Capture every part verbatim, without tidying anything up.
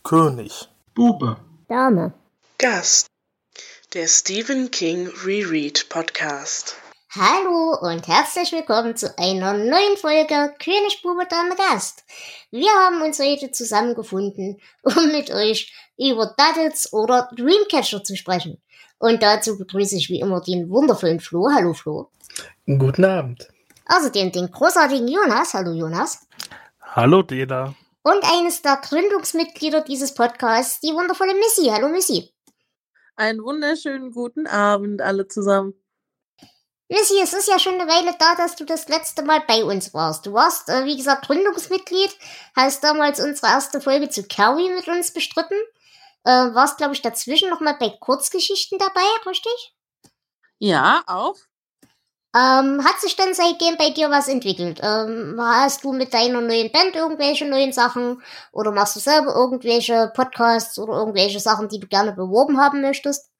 König. Bube. Dame. Gast. Der Stephen King Reread Podcast. Hallo und herzlich willkommen zu einer neuen Folge König, Bube, Dame, Gast. Wir haben uns heute zusammengefunden, um mit euch über Duddits oder Dreamcatcher zu sprechen. Und dazu begrüße ich wie immer den wundervollen Flo. Hallo Flo. Guten Abend. Außerdem den großartigen Jonas. Hallo Jonas. Hallo Dela. Und eines der Gründungsmitglieder dieses Podcasts, die wundervolle Missy. Hallo Missy. Einen wunderschönen guten Abend alle zusammen. Missy, es ist ja schon eine Weile da, dass du das letzte Mal bei uns warst. Du warst, äh, wie gesagt, Gründungsmitglied, hast damals unsere erste Folge zu Carrie mit uns bestritten, äh, warst, glaube ich, dazwischen nochmal bei Kurzgeschichten dabei, richtig? Ja, auch. Ähm, hat sich dann seitdem bei dir was entwickelt? Ähm, hast du mit deiner neuen Band irgendwelche neuen Sachen oder machst du selber irgendwelche Podcasts oder irgendwelche Sachen, die du gerne beworben haben möchtest?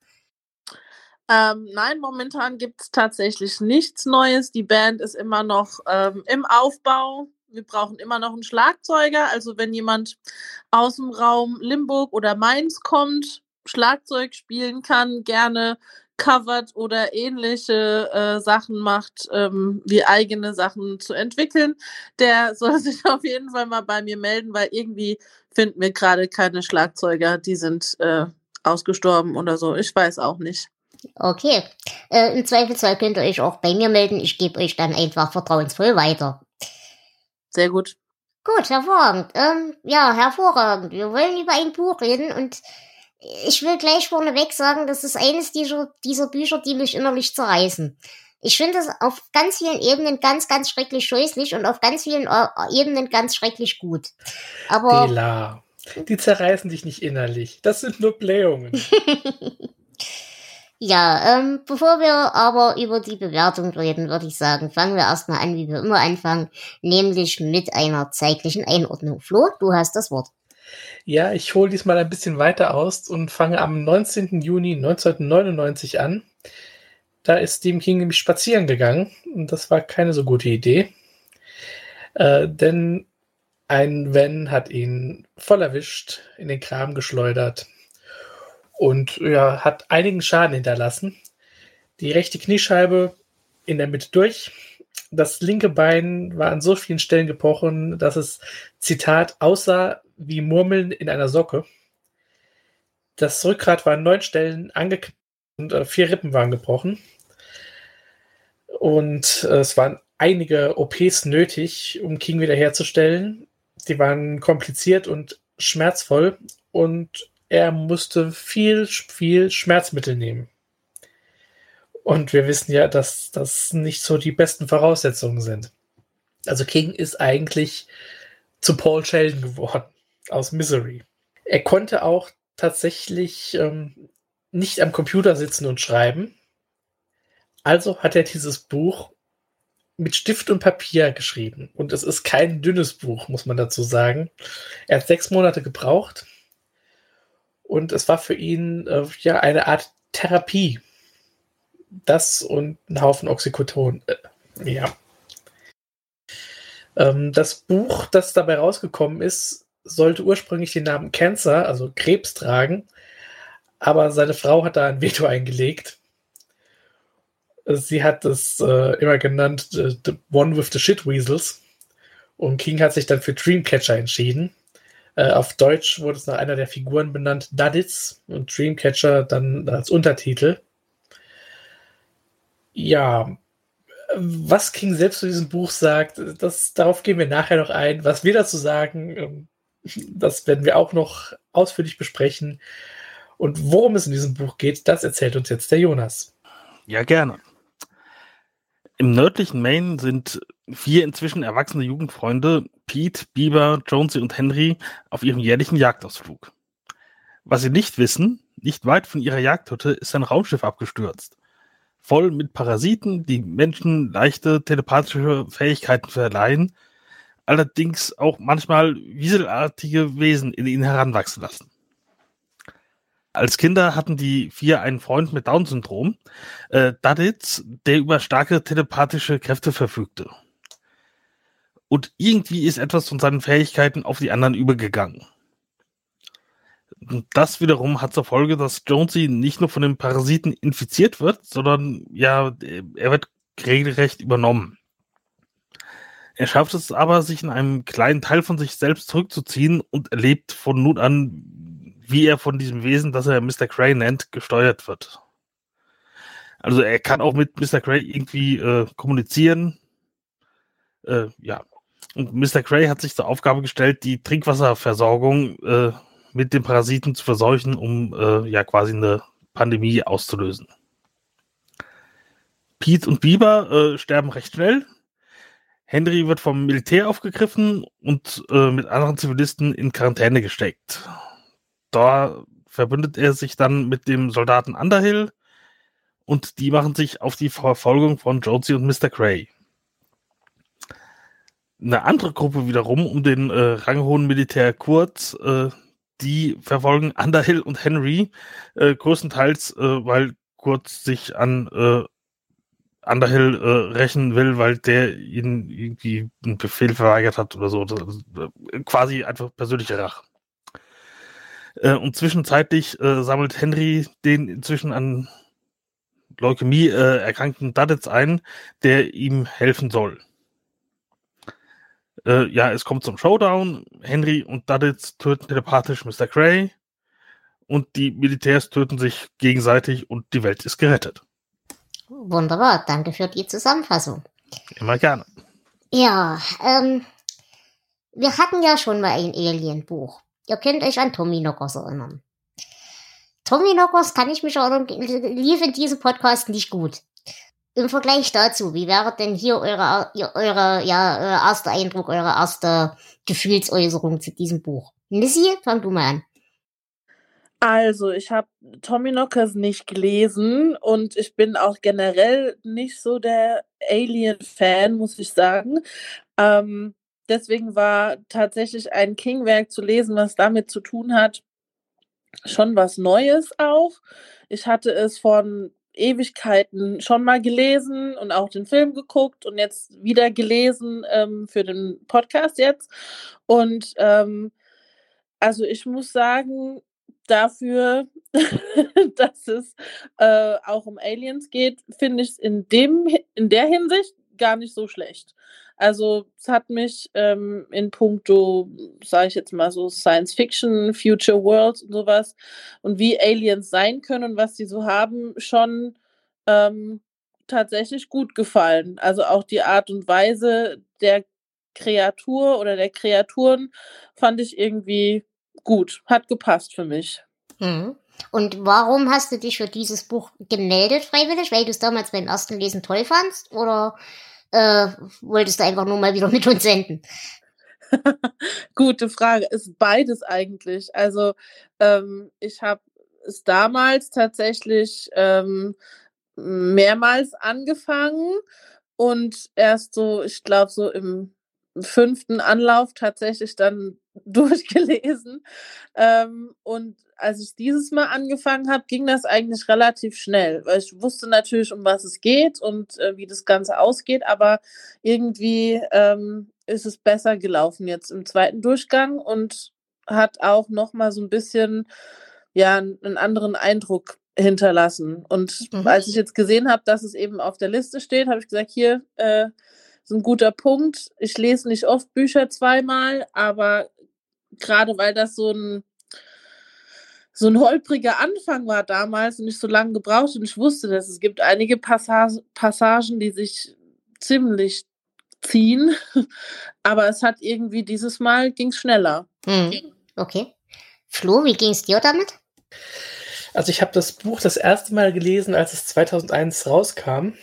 Ähm, nein, momentan gibt es tatsächlich nichts Neues. Die Band ist immer noch ähm, im Aufbau. Wir brauchen immer noch einen Schlagzeuger. Also wenn jemand aus dem Raum Limburg oder Mainz kommt, Schlagzeug spielen kann, gerne covert oder ähnliche äh, Sachen macht, ähm, wie eigene Sachen zu entwickeln, der soll sich auf jeden Fall mal bei mir melden, weil irgendwie finden wir gerade keine Schlagzeuger, die sind äh, ausgestorben oder so. Ich weiß auch nicht. Okay. Äh, im Zweifelsfall könnt ihr euch auch bei mir melden. Ich gebe euch dann einfach vertrauensvoll weiter. Sehr gut. Gut, hervorragend. Ähm, ja, hervorragend. Wir wollen über ein Buch reden und ich will gleich vorneweg sagen, das ist eines dieser, dieser Bücher, die mich innerlich zerreißen. Ich finde es auf ganz vielen Ebenen ganz, ganz schrecklich scheußlich und auf ganz vielen äh, Ebenen ganz schrecklich gut. Aber Dela, die zerreißen dich nicht innerlich. Das sind nur Blähungen. Ja, ähm, bevor wir aber über die Bewertung reden, würde ich sagen, fangen wir erstmal an, wie wir immer anfangen, nämlich mit einer zeitlichen Einordnung. Flo, du hast das Wort. Ja, ich hole diesmal ein bisschen weiter aus und fange am neunzehnten Juni neunzehnhundertneunundneunzig an. Da ist Stephen King nämlich spazieren gegangen und das war keine so gute Idee, äh, denn ein Van hat ihn voll erwischt, in den Graben geschleudert und ja, hat einigen Schaden hinterlassen. Die rechte Kniescheibe in der Mitte durch. Das linke Bein war an so vielen Stellen gebrochen, dass es, Zitat, aussah wie Murmeln in einer Socke. Das Rückgrat war an neun Stellen angeknackt und äh, vier Rippen waren gebrochen. Und äh, es waren einige O Ps nötig, um King wiederherzustellen. Die waren kompliziert und schmerzvoll und er musste viel, viel Schmerzmittel nehmen. Und wir wissen ja, dass das nicht so die besten Voraussetzungen sind. Also King ist eigentlich zu Paul Sheldon geworden aus Misery. Er konnte auch tatsächlich ähm, nicht am Computer sitzen und schreiben. Also hat er dieses Buch mit Stift und Papier geschrieben. Und es ist kein dünnes Buch, muss man dazu sagen. Er hat sechs Monate gebraucht. Und es war für ihn äh, ja eine Art Therapie. Das und ein Haufen Oxycodon. Äh, ja. Ähm, das Buch, das dabei rausgekommen ist, sollte ursprünglich den Namen Cancer, also Krebs, tragen. Aber seine Frau hat da ein Veto eingelegt. Sie hat es äh, immer genannt uh, The One with the Shit Weasels. Und King hat sich dann für Dreamcatcher entschieden. Äh, auf Deutsch wurde es nach einer der Figuren benannt, Duddits, und Dreamcatcher dann als Untertitel. Ja, was King selbst zu diesem Buch sagt, das, darauf gehen wir nachher noch ein. Was wir dazu sagen, das werden wir auch noch ausführlich besprechen. Und worum es in diesem Buch geht, das erzählt uns jetzt der Jonas. Ja, gerne. Im nördlichen Maine sind vier inzwischen erwachsene Jugendfreunde, Pete, Bieber, Jonesy und Henry, auf ihrem jährlichen Jagdausflug. Was sie nicht wissen, nicht weit von ihrer Jagdhütte ist ein Raumschiff abgestürzt. Voll mit Parasiten, die Menschen leichte telepathische Fähigkeiten verleihen, allerdings auch manchmal wieselartige Wesen in ihnen heranwachsen lassen. Als Kinder hatten die vier einen Freund mit Down-Syndrom, äh, Duddits, der über starke telepathische Kräfte verfügte. Und irgendwie ist etwas von seinen Fähigkeiten auf die anderen übergegangen. Und das wiederum hat zur Folge, dass Jonesy nicht nur von den Parasiten infiziert wird, sondern ja, er wird regelrecht übernommen. Er schafft es aber, sich in einem kleinen Teil von sich selbst zurückzuziehen und erlebt von nun an, wie er von diesem Wesen, das er Mister Grey nennt, gesteuert wird. Also er kann auch mit Mister Grey irgendwie äh, kommunizieren. Äh, ja. Und Mister Grey hat sich zur Aufgabe gestellt, die Trinkwasserversorgung äh, mit den Parasiten zu verseuchen, um äh, ja quasi eine Pandemie auszulösen. Pete und Bieber äh, sterben recht schnell. Henry wird vom Militär aufgegriffen und äh, mit anderen Zivilisten in Quarantäne gesteckt. Da verbündet er sich dann mit dem Soldaten Underhill und die machen sich auf die Verfolgung von Jonesy und Mister Grey. Eine andere Gruppe wiederum um den äh, ranghohen Militär Kurtz, äh, die verfolgen Underhill und Henry äh, größtenteils, äh, weil Kurtz sich an äh, Underhill äh, rächen will, weil der ihnen irgendwie einen Befehl verweigert hat oder so. Das, äh, quasi einfach persönliche Rache. Äh, und zwischenzeitlich äh, sammelt Henry den inzwischen an Leukämie äh, erkrankten Duddits ein, der ihm helfen soll. Äh, ja, es kommt zum Showdown. Henry und Duddits töten telepathisch Mister Grey und die Militärs töten sich gegenseitig und die Welt ist gerettet. Wunderbar, danke für die Zusammenfassung. Immer gerne. Ja, ähm, wir hatten ja schon mal ein Alien-Buch. Ihr könnt euch an Tommyknockers erinnern. Tommyknockers, kann ich mich erinnern, lief in diesem Podcast nicht gut. Im Vergleich dazu, wie wäre denn hier eure, eure, ja, euer erster Eindruck, eure erste Gefühlsäußerung zu diesem Buch? Missy, fang du mal an. Also, ich habe Tommyknockers nicht gelesen und ich bin auch generell nicht so der Alien-Fan, muss ich sagen. Ähm, deswegen war tatsächlich ein King-Werk zu lesen, was damit zu tun hat, schon was Neues auch. Ich hatte es von Ewigkeiten schon mal gelesen und auch den Film geguckt und jetzt wieder gelesen ähm, für den Podcast jetzt. Und ähm, also ich muss sagen, dafür, dass es äh, auch um Aliens geht, finde ich es in dem in der Hinsicht gar nicht so schlecht. Also es hat mich ähm, in puncto, sage ich jetzt mal so, Science Fiction, Future Worlds und sowas und wie Aliens sein können und was sie so haben, schon ähm, tatsächlich gut gefallen. Also auch die Art und Weise der Kreatur oder der Kreaturen fand ich irgendwie gut, hat gepasst für mich. Mhm. Und warum hast du dich für dieses Buch gemeldet, freiwillig? Weil du es damals beim ersten Lesen toll fandst? Oder äh, wolltest du einfach nur mal wieder mit uns senden? Gute Frage. Ist beides eigentlich. Also ähm, ich habe es damals tatsächlich ähm, mehrmals angefangen und erst so, ich glaube so im fünften Anlauf tatsächlich dann durchgelesen. Ähm, und als ich dieses Mal angefangen habe, ging das eigentlich relativ schnell, weil ich wusste natürlich, um was es geht und äh, wie das Ganze ausgeht, aber irgendwie ähm, ist es besser gelaufen jetzt im zweiten Durchgang und hat auch nochmal so ein bisschen ja, einen anderen Eindruck hinterlassen. Und mhm. als ich jetzt gesehen habe, dass es eben auf der Liste steht, habe ich gesagt, hier, äh, ist ein guter Punkt. Ich lese nicht oft Bücher zweimal, aber gerade weil das so ein so ein holpriger Anfang war damals und nicht so lange gebraucht und ich wusste, dass es gibt einige Passage, Passagen, die sich ziemlich ziehen, aber es hat irgendwie dieses Mal ging's schneller. Hm. Okay. Flo, wie ging's dir damit? Also ich habe das Buch das erste Mal gelesen, als es zweitausendeins rauskam.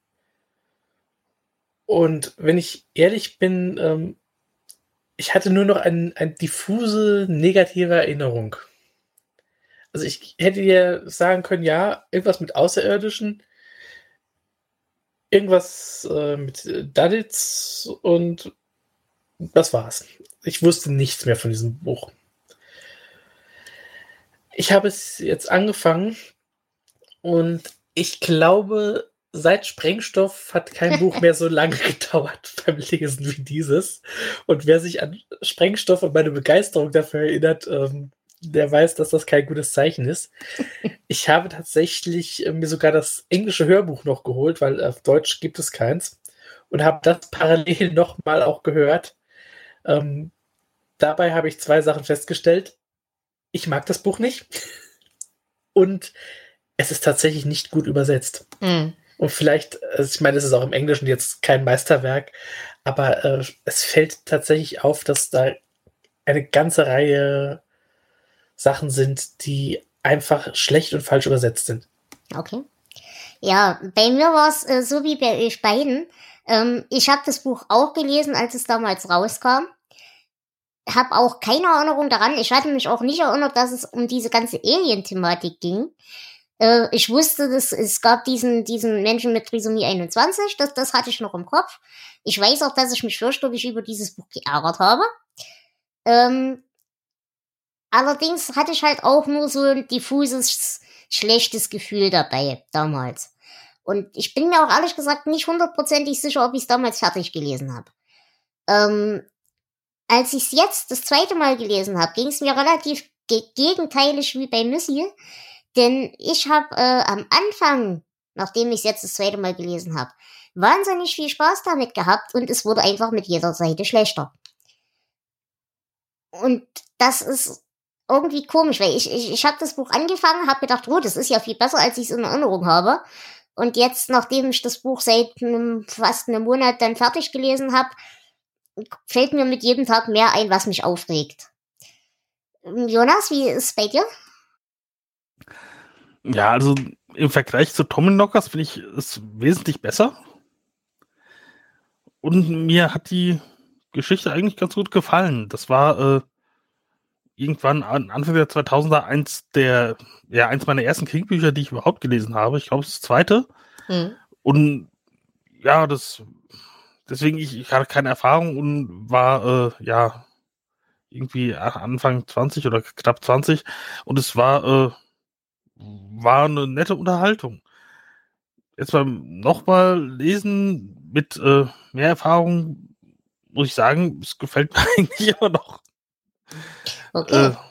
Und wenn ich ehrlich bin, ähm, ich hatte nur noch eine ein diffuse negative Erinnerung. Also ich hätte dir sagen können, ja, irgendwas mit Außerirdischen, irgendwas äh, mit Duddits und das war's. Ich wusste nichts mehr von diesem Buch. Ich habe es jetzt angefangen und ich glaube, seit Sprengstoff hat kein Buch mehr so lange gedauert beim Lesen wie dieses. Und wer sich an Sprengstoff und meine Begeisterung dafür erinnert, ähm, der weiß, dass das kein gutes Zeichen ist. Ich habe tatsächlich äh, mir sogar das englische Hörbuch noch geholt, weil auf Deutsch gibt es keins. Und habe das parallel nochmal auch gehört. Ähm, dabei habe ich zwei Sachen festgestellt. Ich mag das Buch nicht. Und es ist tatsächlich nicht gut übersetzt. Mhm. Und vielleicht, also ich meine, es ist auch im Englischen jetzt kein Meisterwerk, aber äh, es fällt tatsächlich auf, dass da eine ganze Reihe Sachen sind, die einfach schlecht und falsch übersetzt sind. Okay. Ja, bei mir war es äh, so wie bei euch beiden. Ähm, ich habe das Buch auch gelesen, als es damals rauskam. Hab auch keine Erinnerung daran. Ich hatte mich auch nicht erinnert, dass es um diese ganze Alien-Thematik ging. Äh, ich wusste, dass es gab diesen diesen Menschen mit Trisomie einundzwanzig. Das, das hatte ich noch im Kopf. Ich weiß auch, dass ich mich fürchterlich über dieses Buch geärgert habe. Ähm, allerdings hatte ich halt auch nur so ein diffuses, schlechtes Gefühl dabei damals. Und ich bin mir auch ehrlich gesagt nicht hundertprozentig sicher, ob ich es damals fertig gelesen habe. Ähm, als ich es jetzt das zweite Mal gelesen habe, ging es mir relativ ge- gegenteilig wie bei Missy. Denn ich habe äh, am Anfang, nachdem ich es jetzt das zweite Mal gelesen habe, wahnsinnig viel Spaß damit gehabt und es wurde einfach mit jeder Seite schlechter. Und das ist irgendwie komisch, weil ich, ich, ich habe das Buch angefangen, habe gedacht, oh, das ist ja viel besser, als ich es in Erinnerung habe. Und jetzt, nachdem ich das Buch seit einem, fast einem Monat dann fertig gelesen habe, fällt mir mit jedem Tag mehr ein, was mich aufregt. Jonas, wie ist es bei dir? Ja, also im Vergleich zu Tommyknockers finde ich es wesentlich besser. Und mir hat die Geschichte eigentlich ganz gut gefallen. Das war äh, irgendwann an Anfang der zweitausender eins der, ja, eins meiner ersten King-Bücher, die ich überhaupt gelesen habe. Ich glaube, es ist das zweite. Hm. Und ja, das, deswegen, ich, ich hatte keine Erfahrung und war, äh, ja, irgendwie Anfang zwanzig oder knapp zwanzig. Und es war, äh, war eine nette Unterhaltung. Jetzt beim nochmal lesen mit äh, mehr Erfahrung, muss ich sagen, es gefällt mir eigentlich immer noch. Okay. Äh,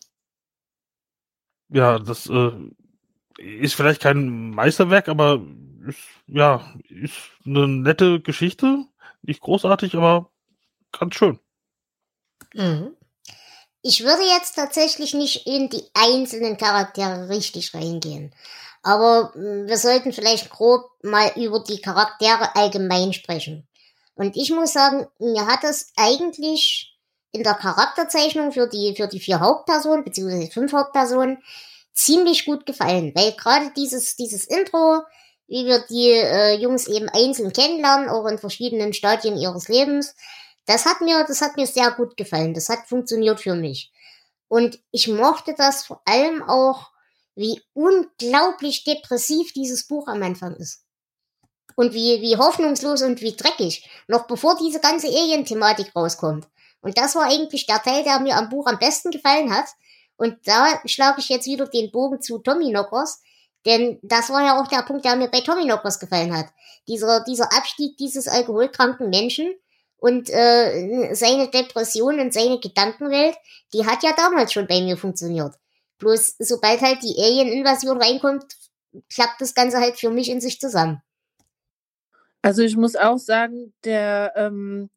ja, das äh, ist vielleicht kein Meisterwerk, aber ist, ja, ist eine nette Geschichte. Nicht großartig, aber ganz schön. Mhm. Ich würde jetzt tatsächlich nicht in die einzelnen Charaktere richtig reingehen. Aber mh, wir sollten vielleicht grob mal über die Charaktere allgemein sprechen. Und ich muss sagen, mir hat es eigentlich in der Charakterzeichnung für die, für die vier Hauptpersonen, beziehungsweise fünf Hauptpersonen, ziemlich gut gefallen. Weil gerade dieses, dieses Intro, wie wir die äh, Jungs eben einzeln kennenlernen, auch in verschiedenen Stadien ihres Lebens, das hat mir, das hat mir sehr gut gefallen. Das hat funktioniert für mich. Und ich mochte das vor allem auch, wie unglaublich depressiv dieses Buch am Anfang ist. Und wie, wie hoffnungslos und wie dreckig. Noch bevor diese ganze Alien-Thematik rauskommt. Und das war eigentlich der Teil, der mir am Buch am besten gefallen hat. Und da schlage ich jetzt wieder den Bogen zu Tommyknockers. Denn das war ja auch der Punkt, der mir bei Tommyknockers gefallen hat. Dieser, dieser Abstieg dieses alkoholkranken Menschen und äh, seine Depression und seine Gedankenwelt, die hat ja damals schon bei mir funktioniert. Bloß sobald halt die Alien-Invasion reinkommt, klappt das Ganze halt für mich in sich zusammen. Also ich muss auch sagen, der ähm,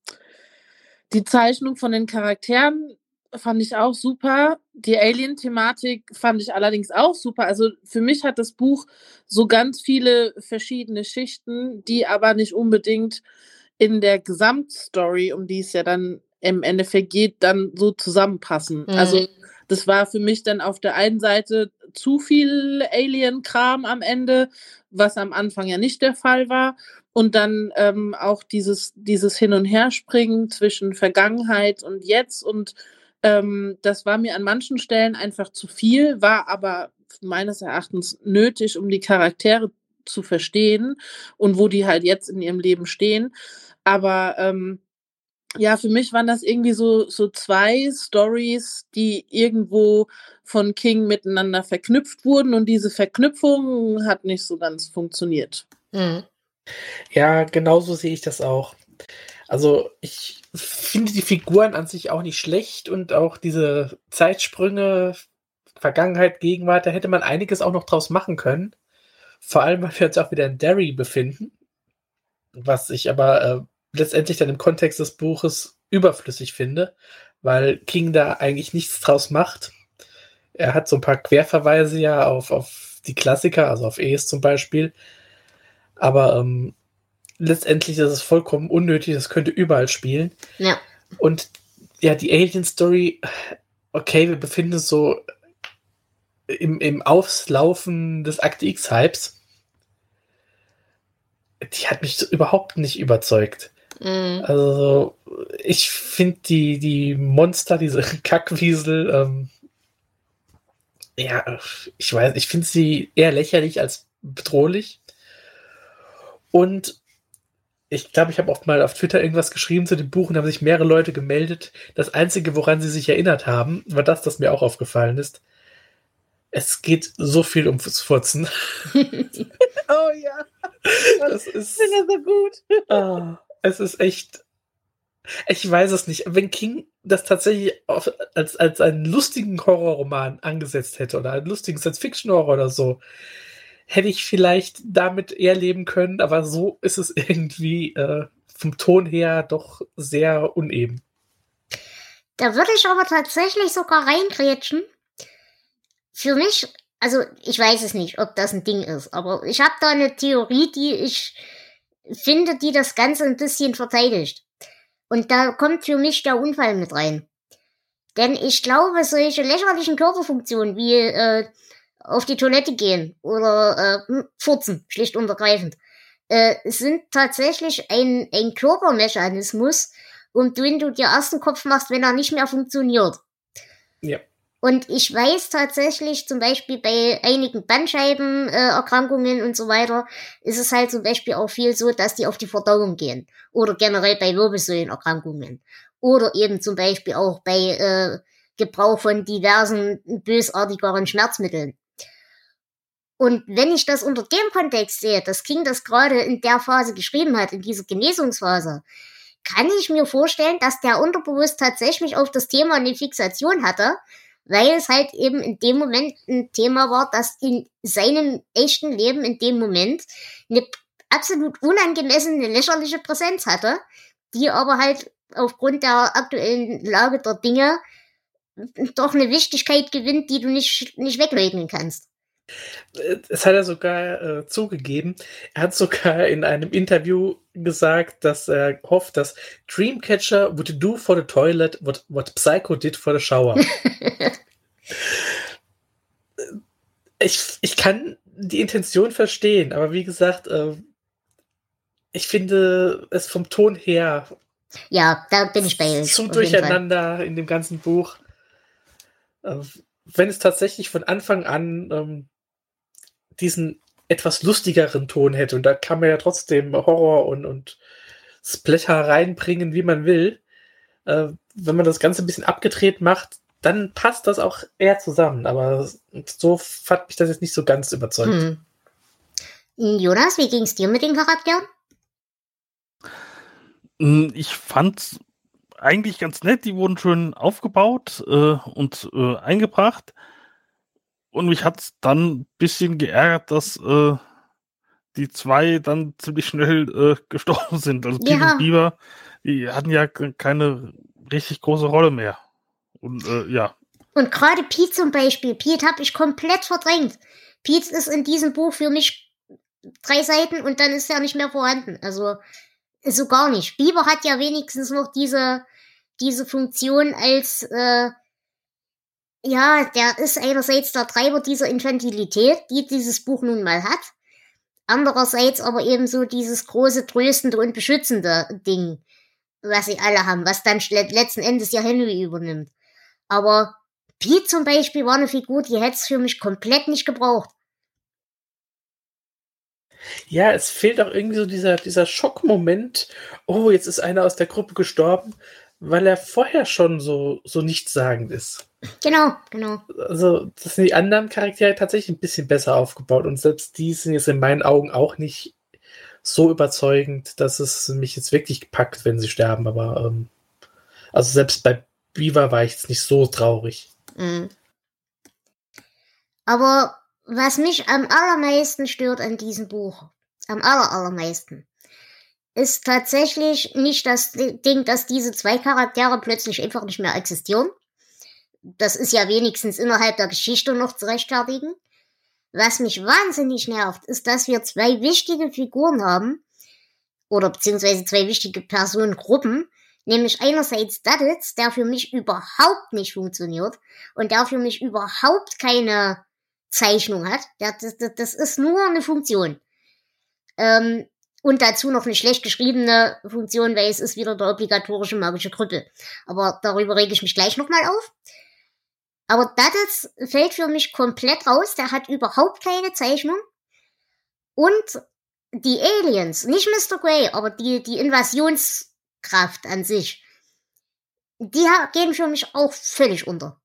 die Zeichnung von den Charakteren fand ich auch super. Die Alien-Thematik fand ich allerdings auch super. Also für mich hat das Buch so ganz viele verschiedene Schichten, die aber nicht unbedingt in der Gesamtstory, um die es ja dann im Endeffekt geht, dann so zusammenpassen. Mhm. Also das war für mich dann auf der einen Seite zu viel Alien-Kram am Ende, was am Anfang ja nicht der Fall war. Und dann ähm, auch dieses, dieses Hin- und Herspringen zwischen Vergangenheit und Jetzt. Und ähm, das war mir an manchen Stellen einfach zu viel, war aber meines Erachtens nötig, um die Charaktere zu verstehen und wo die halt jetzt in ihrem Leben stehen. Aber ähm, ja, für mich waren das irgendwie so, so zwei Stories, die irgendwo von King miteinander verknüpft wurden und diese Verknüpfung hat nicht so ganz funktioniert. Mhm. Ja, genauso sehe ich das auch. Also ich finde die Figuren an sich auch nicht schlecht und auch diese Zeitsprünge Vergangenheit, Gegenwart, da hätte man einiges auch noch draus machen können. Vor allem, weil wir uns auch wieder in Derry befinden, was ich aber äh, letztendlich dann im Kontext des Buches überflüssig finde, weil King da eigentlich nichts draus macht. Er hat so ein paar Querverweise ja auf, auf die Klassiker, also auf Ace zum Beispiel, aber ähm, letztendlich ist es vollkommen unnötig, das könnte überall spielen. Ja. Und ja, die Alien-Story, okay, wir befinden uns so im, im Auslaufen des Akte X-Hypes. Die hat mich so überhaupt nicht überzeugt. Mhm. Also, ich finde die, die Monster, diese Kackwiesel, ähm, ja, ich weiß, ich finde sie eher lächerlich als bedrohlich. Und ich glaube, ich habe oft mal auf Twitter irgendwas geschrieben zu dem Buch und haben sich mehrere Leute gemeldet. Das Einzige, woran sie sich erinnert haben, war das, das mir auch aufgefallen ist. Es geht so viel ums Furzen. Oh ja. Das ist, Ich finde das so gut. ah, es ist echt. Ich weiß es nicht. Wenn King das tatsächlich auf, als, als einen lustigen Horrorroman angesetzt hätte oder einen lustigen Science-Fiction-Horror oder so, hätte ich vielleicht damit eher leben können, aber so ist es irgendwie äh, vom Ton her doch sehr uneben. Da würde ich aber tatsächlich sogar reingrätschen. Für mich, also ich weiß es nicht, ob das ein Ding ist, aber ich habe da eine Theorie, die ich finde, die das Ganze ein bisschen verteidigt. Und da kommt für mich der Unfall mit rein. Denn ich glaube, solche lächerlichen Körperfunktionen wie äh, auf die Toilette gehen oder äh, furzen, schlicht und ergreifend, äh, sind tatsächlich ein, ein Körpermechanismus, um den du dir erst den Kopf machst, wenn er nicht mehr funktioniert. Ja. Und ich weiß tatsächlich, zum Beispiel bei einigen Bandscheibenerkrankungen äh, und so weiter, ist es halt zum Beispiel auch viel so, dass die auf die Verdauung gehen. Oder generell bei Wirbelsäulenerkrankungen. Oder eben zum Beispiel auch bei äh, Gebrauch von diversen bösartigeren Schmerzmitteln. Und wenn ich das unter dem Kontext sehe, dass King das gerade in der Phase geschrieben hat, in dieser Genesungsphase, kann ich mir vorstellen, dass der unterbewusst tatsächlich auf das Thema eine Fixation hatte, weil es halt eben in dem Moment ein Thema war, das in seinem echten Leben in dem Moment eine absolut unangemessene, lächerliche Präsenz hatte, die aber halt aufgrund der aktuellen Lage der Dinge doch eine Wichtigkeit gewinnt, die du nicht, nicht wegleugnen kannst. Es hat er sogar äh, zugegeben. Er hat sogar in einem Interview gesagt, dass er hofft, dass Dreamcatcher would do for the toilet what, what Psycho did for the shower. ich, ich kann die Intention verstehen, aber wie gesagt, äh, ich finde es vom Ton her ja, da bin ich bei euch. zu durcheinander in dem ganzen Buch. Äh, wenn es tatsächlich von Anfang an ähm, diesen etwas lustigeren Ton hätte, und da kann man ja trotzdem Horror und, und Splatter reinbringen, wie man will. Äh, wenn man das Ganze ein bisschen abgedreht macht, dann passt das auch eher zusammen. Aber so hat mich das jetzt nicht so ganz überzeugt. Hm. Jonas, wie ging's dir mit den Charakteren? Ich fand's eigentlich ganz nett. Die wurden schön aufgebaut äh, und äh, eingebracht. Und mich hat's dann ein bisschen geärgert, dass äh, die zwei dann ziemlich schnell äh, gestorben sind. Also Pete Ja. und Bieber, die hatten ja keine richtig große Rolle mehr. Und äh, ja. Und gerade Pete zum Beispiel. Pete habe ich komplett verdrängt. Pete ist in diesem Buch für mich drei Seiten und dann ist er nicht mehr vorhanden. Also so gar nicht. Bieber hat ja wenigstens noch diese, diese Funktion als äh, ja, der ist einerseits der Treiber dieser Infantilität, die dieses Buch nun mal hat. Andererseits aber eben so dieses große, tröstende und beschützende Ding, was sie alle haben, was dann letzten Endes ja Henry übernimmt. Aber Pete zum Beispiel war eine Figur, die hätte es für mich komplett nicht gebraucht. Ja, es fehlt auch irgendwie so dieser, dieser Schockmoment. Oh, jetzt ist einer aus der Gruppe gestorben, weil er vorher schon so, so nichtssagend ist. Genau, genau. Also, das sind die anderen Charaktere tatsächlich ein bisschen besser aufgebaut. Und selbst die sind jetzt in meinen Augen auch nicht so überzeugend, dass es mich jetzt wirklich packt, wenn sie sterben. Aber, ähm, also selbst bei Beaver war ich jetzt nicht so traurig. Mhm. Aber was mich am allermeisten stört an diesem Buch, am aller, allermeisten, ist tatsächlich nicht das Ding, dass diese zwei Charaktere plötzlich einfach nicht mehr existieren. Das ist ja wenigstens innerhalb der Geschichte noch zu rechtfertigen. Was mich wahnsinnig nervt, ist, dass wir zwei wichtige Figuren haben, oder beziehungsweise zwei wichtige Personengruppen, nämlich einerseits Duddits, der für mich überhaupt nicht funktioniert und der für mich überhaupt keine Zeichnung hat. Das, das, das ist nur eine Funktion. Ähm, und dazu noch eine schlecht geschriebene Funktion, weil es ist wieder der obligatorische magische Krüppel. Aber darüber rege ich mich gleich nochmal auf. Aber Duddits fällt für mich komplett raus, der hat überhaupt keine Zeichnung. Und die Aliens, nicht Mister Grey, aber die, die Invasionskraft an sich, die gehen für mich auch völlig unter.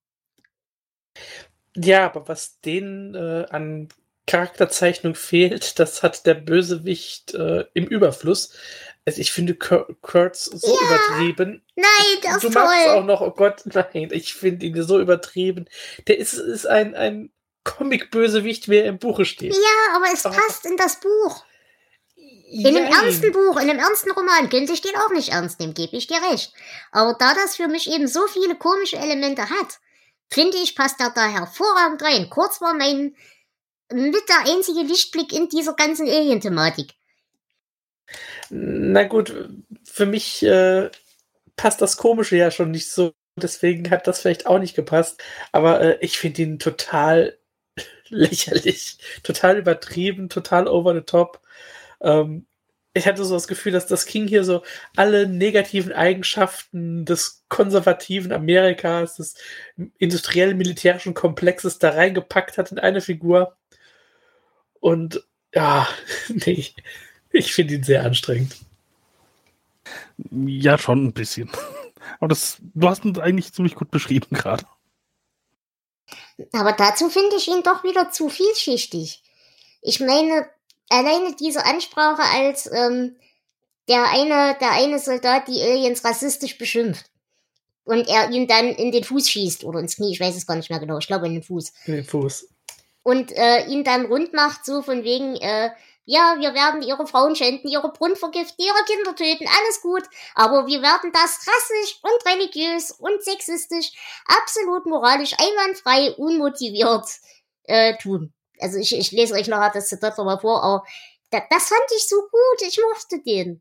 Ja, aber was denen äh, an Charakterzeichnung fehlt, das hat der Bösewicht äh, im Überfluss. Also ich finde Kur- Kurtz so Ja. übertrieben. Nein, das Du ist magst es toll. auch noch, oh Gott, nein, ich finde ihn so übertrieben. Der ist, ist ein, ein Comic-Bösewicht, wie er im Buche steht. Ja, aber es Aber- passt in das Buch. In einem Jein. ernsten Buch, in einem ernsten Roman könnte ich den auch nicht ernst nehmen, gebe ich dir recht. Aber da das für mich eben so viele komische Elemente hat, finde ich, passt er da hervorragend rein. Kurz war mein mit der einzige Lichtblick in dieser ganzen Alien-Thematik. Na gut, für mich äh, passt das Komische ja schon nicht so. Deswegen hat das vielleicht auch nicht gepasst. Aber äh, ich finde ihn total lächerlich, total übertrieben, total over the top. Ähm, ich hatte so das Gefühl, dass das King hier so alle negativen Eigenschaften des konservativen Amerikas, des industriell-militärischen Komplexes da reingepackt hat in eine Figur. Und ja, nee, ich finde ihn sehr anstrengend. Ja, schon ein bisschen. Aber das, du hast ihn eigentlich ziemlich gut beschrieben gerade. Aber dazu finde ich ihn doch wieder zu vielschichtig. Ich meine, alleine diese Ansprache als ähm, der eine, der eine Soldat die Aliens rassistisch beschimpft und er ihm dann in den Fuß schießt oder ins Knie, ich weiß es gar nicht mehr genau, ich glaube in den Fuß. In den Fuß. Und äh, ihn dann rund macht, so von wegen, äh, ja, wir werden ihre Frauen schänden, ihre Brunnen vergiften, ihre Kinder töten, alles gut, aber wir werden das rassisch und religiös und sexistisch, absolut moralisch, einwandfrei, unmotiviert äh, tun. Also ich, ich lese euch nachher das Zitat nochmal vor, aber da, das fand ich so gut, ich mochte den.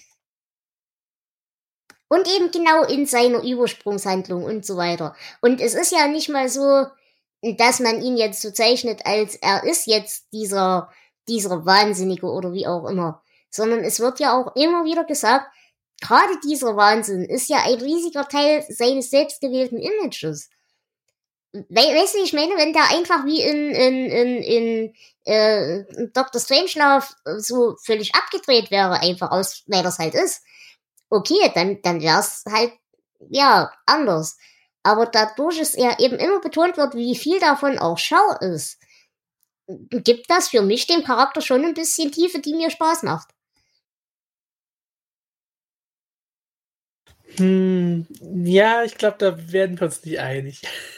Und eben genau in seiner Übersprungshandlung und so weiter. Und es ist ja nicht mal so, dass man ihn jetzt so zeichnet, als er ist jetzt dieser, dieser Wahnsinnige oder wie auch immer. Sondern es wird ja auch immer wieder gesagt, gerade dieser Wahnsinn ist ja ein riesiger Teil seines selbstgewählten Images. We weißt du, ich meine, wenn der einfach wie in, in, in, in äh, Doktor Strangelove so völlig abgedreht wäre, einfach aus, weil das halt ist, okay, dann, dann wär's halt, ja, anders. Aber dadurch, dass er eben immer betont wird, wie viel davon auch Schau ist, gibt das für mich dem Charakter schon ein bisschen Tiefe, die mir Spaß macht. Hm, ja, ich glaube, da werden wir uns nicht einig.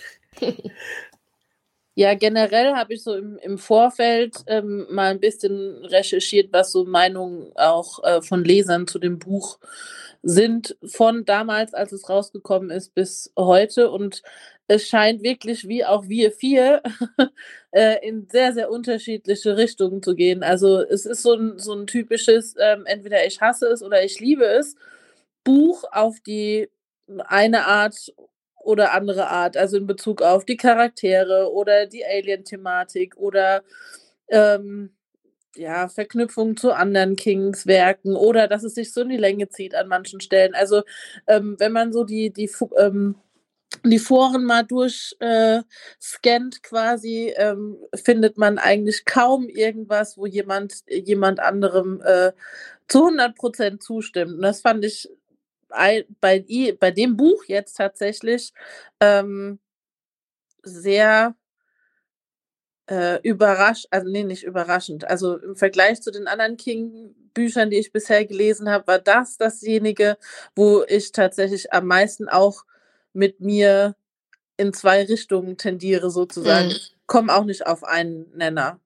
Ja, generell habe ich so im, im Vorfeld ähm, mal ein bisschen recherchiert, was so Meinungen auch äh, von Lesern zu dem Buch sind, von damals, als es rausgekommen ist, bis heute. Und es scheint wirklich, wie auch wir vier, äh, in sehr, sehr unterschiedliche Richtungen zu gehen. Also es ist so ein, so ein typisches, ähm, entweder ich hasse es oder ich liebe es, Buch auf die eine Art oder andere Art, also in Bezug auf die Charaktere oder die Alien-Thematik oder ähm, ja, Verknüpfung zu anderen Kings-Werken oder dass es sich so in die Länge zieht an manchen Stellen. Also ähm, wenn man so die, die, ähm, die Foren mal durchscannt äh, scannt quasi, ähm, findet man eigentlich kaum irgendwas, wo jemand jemand anderem äh, zu hundert Prozent zustimmt. Und das fand ich bei, bei dem Buch jetzt tatsächlich ähm, sehr äh, überrascht, also nee, nicht überraschend. Also im Vergleich zu den anderen King-Büchern, die ich bisher gelesen habe, war das dasjenige, wo ich tatsächlich am meisten auch mit mir in zwei Richtungen tendiere sozusagen. Mhm. kommen auch nicht auf einen Nenner.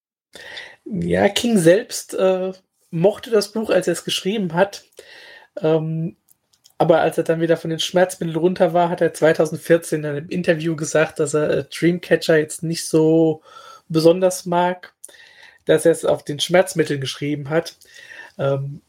Ja, King selbst äh, mochte das Buch, als er es geschrieben hat. Ähm, aber als er dann wieder von den Schmerzmitteln runter war, hat er zwanzig vierzehn in einem Interview gesagt, dass er äh, Dreamcatcher jetzt nicht so besonders mag, dass er es auf den Schmerzmitteln geschrieben hat. Um,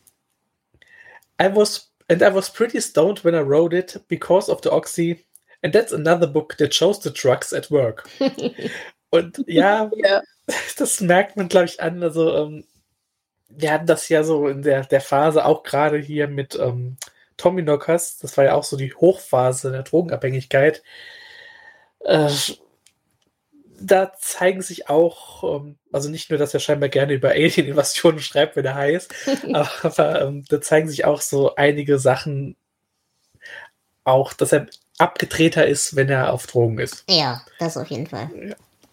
I was and I was pretty stoned when I wrote it because of the Oxy, and that's another book that shows the drugs at work. Und ja, Ja. das merkt man, glaube ich, an. Also ähm, wir hatten das ja so in der, der Phase auch gerade hier mit ähm, Tommyknockers. Das war ja auch so die Hochphase der Drogenabhängigkeit. Äh, da zeigen sich auch, ähm, also nicht nur, dass er scheinbar gerne über Alien-Invasionen schreibt, wenn er heißt, aber ähm, da zeigen sich auch so einige Sachen, auch, dass er abgedrehter ist, wenn er auf Drogen ist. Ja, das auf jeden Fall. Ja.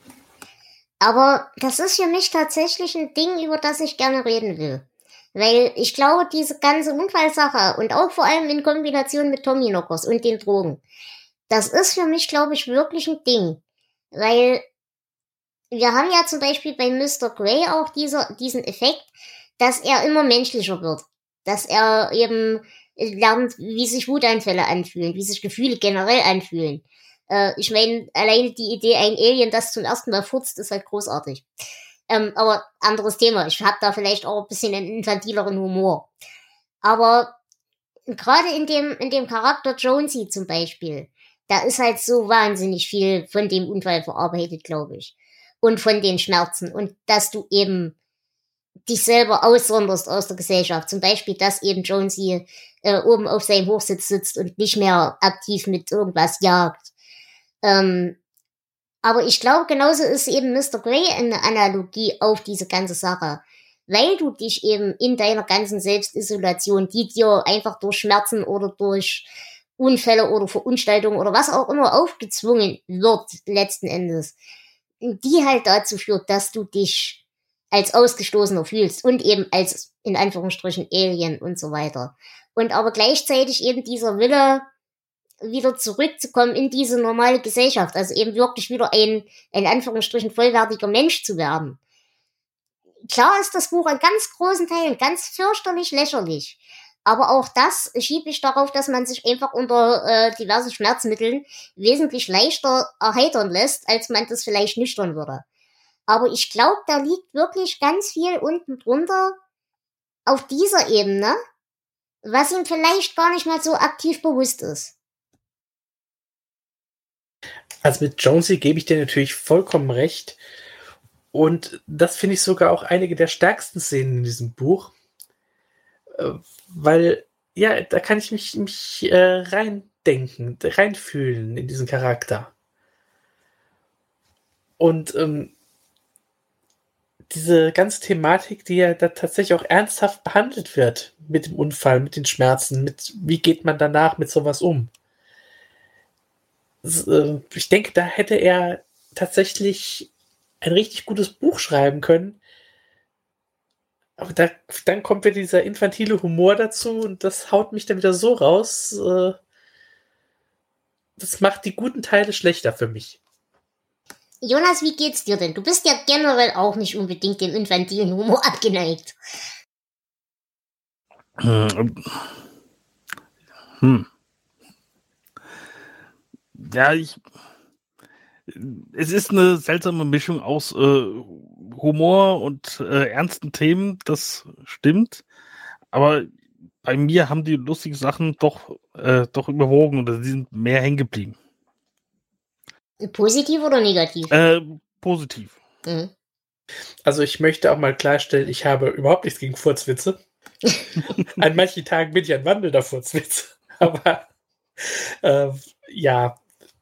Aber das ist für mich tatsächlich ein Ding, über das ich gerne reden will. Weil ich glaube, diese ganze Unfallsache und auch vor allem in Kombination mit Tommyknockers und den Drogen, das ist für mich, glaube ich, wirklich ein Ding. Weil wir haben ja zum Beispiel bei Mister Grey auch dieser, diesen Effekt, dass er immer menschlicher wird. Dass er eben lernt, wie sich Wutanfälle anfühlen, wie sich Gefühle generell anfühlen. Äh, ich meine, alleine die Idee, ein Alien, das zum ersten Mal furzt, ist halt großartig. Ähm, aber anderes Thema. Ich habe da vielleicht auch ein bisschen einen infantileren Humor. Aber gerade in dem, in dem Charakter Jonesy zum Beispiel, da ist halt so wahnsinnig viel von dem Unfall verarbeitet, glaube ich. Und von den Schmerzen. Und dass du eben dich selber aussonderst aus der Gesellschaft. Zum Beispiel, dass eben Jonesy äh, oben auf seinem Hochsitz sitzt und nicht mehr aktiv mit irgendwas jagt. Ähm, aber ich glaube, genauso ist eben Mister Grey eine Analogie auf diese ganze Sache. Weil du dich eben in deiner ganzen Selbstisolation, die dir einfach durch Schmerzen oder durch Unfälle oder Verunstaltungen oder was auch immer aufgezwungen wird, letzten Endes, die halt dazu führt, dass du dich als Ausgestoßener fühlst und eben als, in Anführungsstrichen, Alien und so weiter. Und aber gleichzeitig eben dieser Wille, wieder zurückzukommen in diese normale Gesellschaft, also eben wirklich wieder ein, in Anführungsstrichen, vollwertiger Mensch zu werden. Klar ist das Buch an ganz großen Teilen ganz fürchterlich lächerlich. Aber auch das schiebe ich darauf, dass man sich einfach unter äh, diversen Schmerzmitteln wesentlich leichter erheitern lässt, als man das vielleicht nüchtern würde. Aber ich glaube, da liegt wirklich ganz viel unten drunter auf dieser Ebene, was ihm vielleicht gar nicht mal so aktiv bewusst ist. Also mit Jonesy gebe ich dir natürlich vollkommen recht. Und das finde ich sogar auch einige der stärksten Szenen in diesem Buch. Weil, ja, da kann ich mich, mich äh, reindenken, reinfühlen in diesen Charakter. Und ähm, diese ganze Thematik, die ja da tatsächlich auch ernsthaft behandelt wird mit dem Unfall, mit den Schmerzen, mit wie geht man danach mit sowas um. Das, äh, ich denke, da hätte er tatsächlich ein richtig gutes Buch schreiben können. Aber da, dann kommt wieder dieser infantile Humor dazu und das haut mich dann wieder so raus. Äh, das macht die guten Teile schlechter für mich. Jonas, wie geht's dir denn? Du bist ja generell auch nicht unbedingt dem infantilen Humor abgeneigt. Hm. hm. Ja, ich. Es ist eine seltsame Mischung aus äh, Humor und äh, ernsten Themen, das stimmt. Aber bei mir haben die lustigen Sachen doch, äh, doch überwogen oder sie sind mehr hängen geblieben. Positiv oder negativ? Äh, positiv. Mhm. Also ich möchte auch mal klarstellen, ich habe überhaupt nichts gegen Furzwitze. An manchen Tagen bin ich ein wandelnder Furzwitz. Aber äh, ja,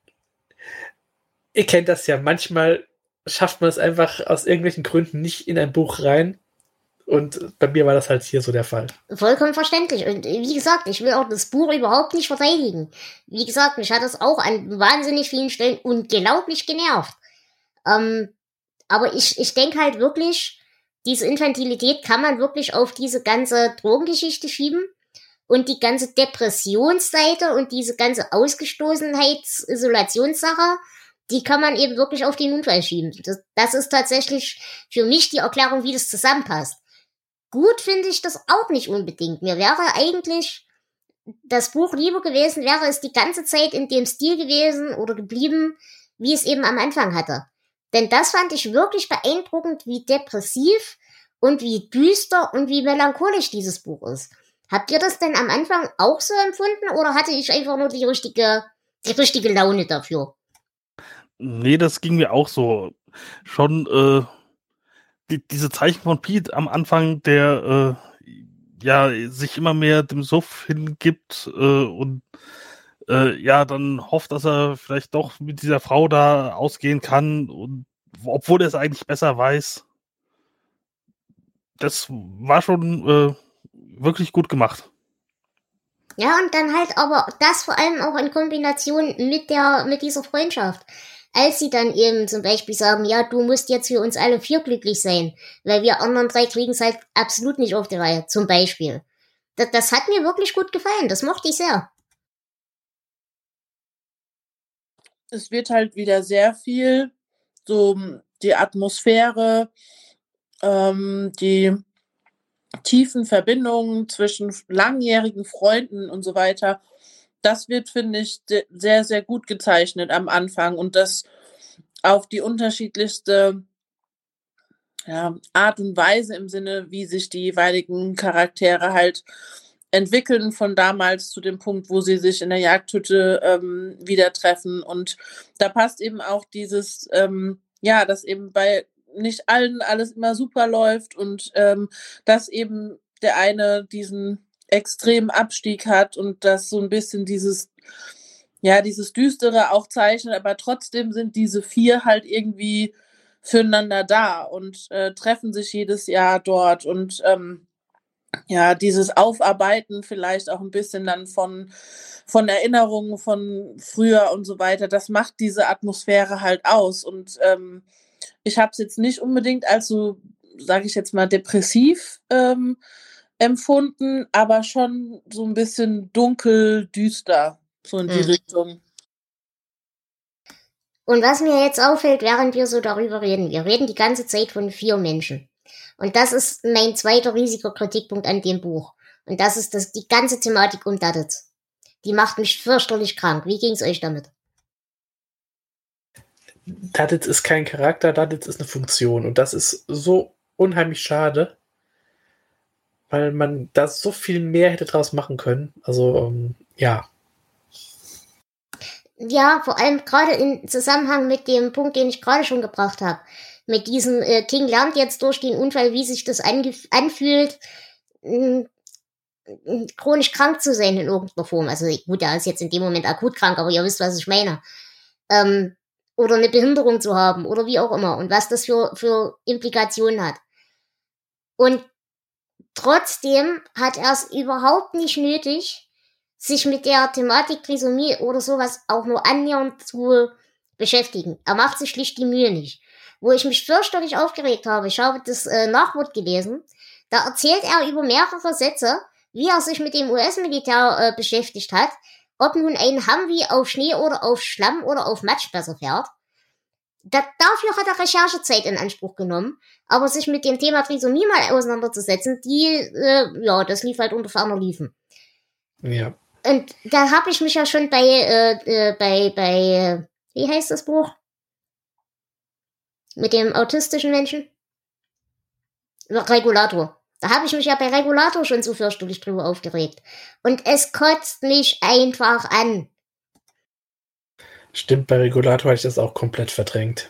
ihr kennt das ja. Manchmal schafft man es einfach aus irgendwelchen Gründen nicht in ein Buch rein. Und bei mir war das halt hier so der Fall. Vollkommen verständlich. Und wie gesagt, ich will auch das Buch überhaupt nicht verteidigen. Wie gesagt, mich hat es auch an wahnsinnig vielen Stellen unglaublich genervt. Ähm, aber ich, ich denke halt wirklich, diese Infantilität kann man wirklich auf diese ganze Drogengeschichte schieben. Und die ganze Depressionsseite und diese ganze Ausgestoßenheits-Isolationssache, die kann man eben wirklich auf den Unfall schieben. Das, das ist tatsächlich für mich die Erklärung, wie das zusammenpasst. Gut finde ich das auch nicht unbedingt. Mir wäre eigentlich das Buch lieber gewesen, wäre es die ganze Zeit in dem Stil gewesen oder geblieben, wie es eben am Anfang hatte. Denn das fand ich wirklich beeindruckend, wie depressiv und wie düster und wie melancholisch dieses Buch ist. Habt ihr das denn am Anfang auch so empfunden oder hatte ich einfach nur die richtige, die richtige Laune dafür? Nee, das ging mir auch so. Schon äh, die, diese Zeichen von Pete am Anfang, der äh, ja sich immer mehr dem Suff hingibt äh, und äh, ja dann hofft, dass er vielleicht doch mit dieser Frau da ausgehen kann, und obwohl er es eigentlich besser weiß. Das war schon äh, wirklich gut gemacht. Ja, und dann halt aber das vor allem auch in Kombination mit der, mit dieser Freundschaft. Als sie dann eben zum Beispiel sagen, ja, du musst jetzt für uns alle vier glücklich sein, weil wir anderen drei kriegen es halt absolut nicht auf die Reihe, zum Beispiel. Das, das hat mir wirklich gut gefallen, das mochte ich sehr. Es wird halt wieder sehr viel so die Atmosphäre, ähm, die tiefen Verbindungen zwischen langjährigen Freunden und so weiter. Das wird, finde ich, sehr, sehr gut gezeichnet am Anfang und das auf die unterschiedlichste ja, Art und Weise im Sinne, wie sich die jeweiligen Charaktere halt entwickeln von damals zu dem Punkt, wo sie sich in der Jagdhütte ähm, wieder treffen. Und da passt eben auch dieses, ähm, ja, dass eben bei nicht allen alles immer super läuft und ähm, dass eben der eine diesen extremen Abstieg hat und das so ein bisschen dieses, ja, dieses Düstere auch zeichnet, aber trotzdem sind diese vier halt irgendwie füreinander da und äh, treffen sich jedes Jahr dort und ähm, ja, dieses Aufarbeiten vielleicht auch ein bisschen dann von, von Erinnerungen von früher und so weiter, das macht diese Atmosphäre halt aus. Und ähm, ich habe es jetzt nicht unbedingt als so, sage ich jetzt mal, depressiv ähm, empfunden, aber schon so ein bisschen dunkel, düster, so in die Mhm. Richtung. Und was mir jetzt auffällt, während wir so darüber reden, wir reden die ganze Zeit von vier Menschen. Und das ist mein zweiter riesiger Kritikpunkt an dem Buch. Und das ist das, die ganze Thematik um Duddits. Die macht mich fürchterlich krank. Wie ging's euch damit? Duddits ist kein Charakter, Duddits ist eine Funktion. Und das ist so unheimlich schade, weil man da so viel mehr hätte draus machen können. Also, ähm, ja. Ja, vor allem gerade im Zusammenhang mit dem Punkt, den ich gerade schon gebracht habe. Mit diesem, äh, King lernt jetzt durch den Unfall, wie sich das angef- anfühlt, mh, chronisch krank zu sein in irgendeiner Form. Also gut, er ist jetzt in dem Moment akut krank, aber ihr wisst, was ich meine. Ähm, oder eine Behinderung zu haben oder wie auch immer und was das für, für Implikationen hat. Und trotzdem hat er es überhaupt nicht nötig, sich mit der Thematik Trisomie oder sowas auch nur annähernd zu beschäftigen. Er macht sich schlicht die Mühe nicht. Wo ich mich fürchterlich aufgeregt habe, ich habe das äh, Nachwort gelesen, da erzählt er über mehrere Sätze, wie er sich mit dem U S-Militär äh, beschäftigt hat, ob nun ein Humvee auf Schnee oder auf Schlamm oder auf Matsch besser fährt. Da, dafür hat er Recherchezeit in Anspruch genommen, aber sich mit dem Thema Trisomie mal auseinanderzusetzen, die, äh, ja, das lief halt unter ferner Liefen. Ja. Und da habe ich mich ja schon bei, äh, äh, bei, bei, äh, wie heißt das Buch? Mit dem autistischen Menschen? Regulator. Da habe ich mich ja bei Regulator schon so fürchterlich drüber aufgeregt. Und es kotzt mich einfach an. Stimmt, bei Regulator habe ich das auch komplett verdrängt.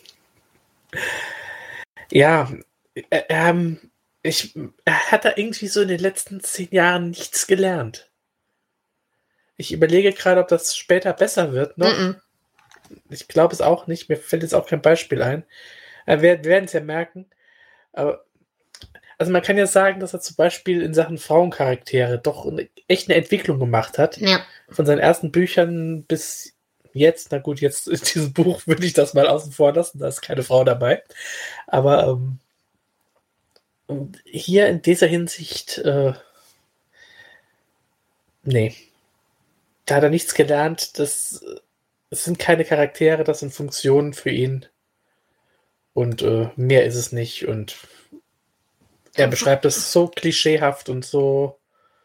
Ja, äh, ähm, ich, er hat da irgendwie so in den letzten zehn Jahren nichts gelernt. Ich überlege gerade, ob das später besser wird noch. Mm-mm. Ich glaube es auch nicht. Mir fällt jetzt auch kein Beispiel ein. Äh, wir, wir werden es ja merken. Aber also man kann ja sagen, dass er zum Beispiel in Sachen Frauencharaktere doch eine, echt eine Entwicklung gemacht hat. Ja. Von seinen ersten Büchern bis jetzt. Na gut, jetzt in diesem Buch würde ich das mal außen vor lassen. Da ist keine Frau dabei. Aber ähm, und hier in dieser Hinsicht äh, nee. Da hat er nichts gelernt. Das es sind keine Charaktere, das sind Funktionen für ihn. Und äh, mehr ist es nicht. Und er beschreibt es so klischeehaft und so,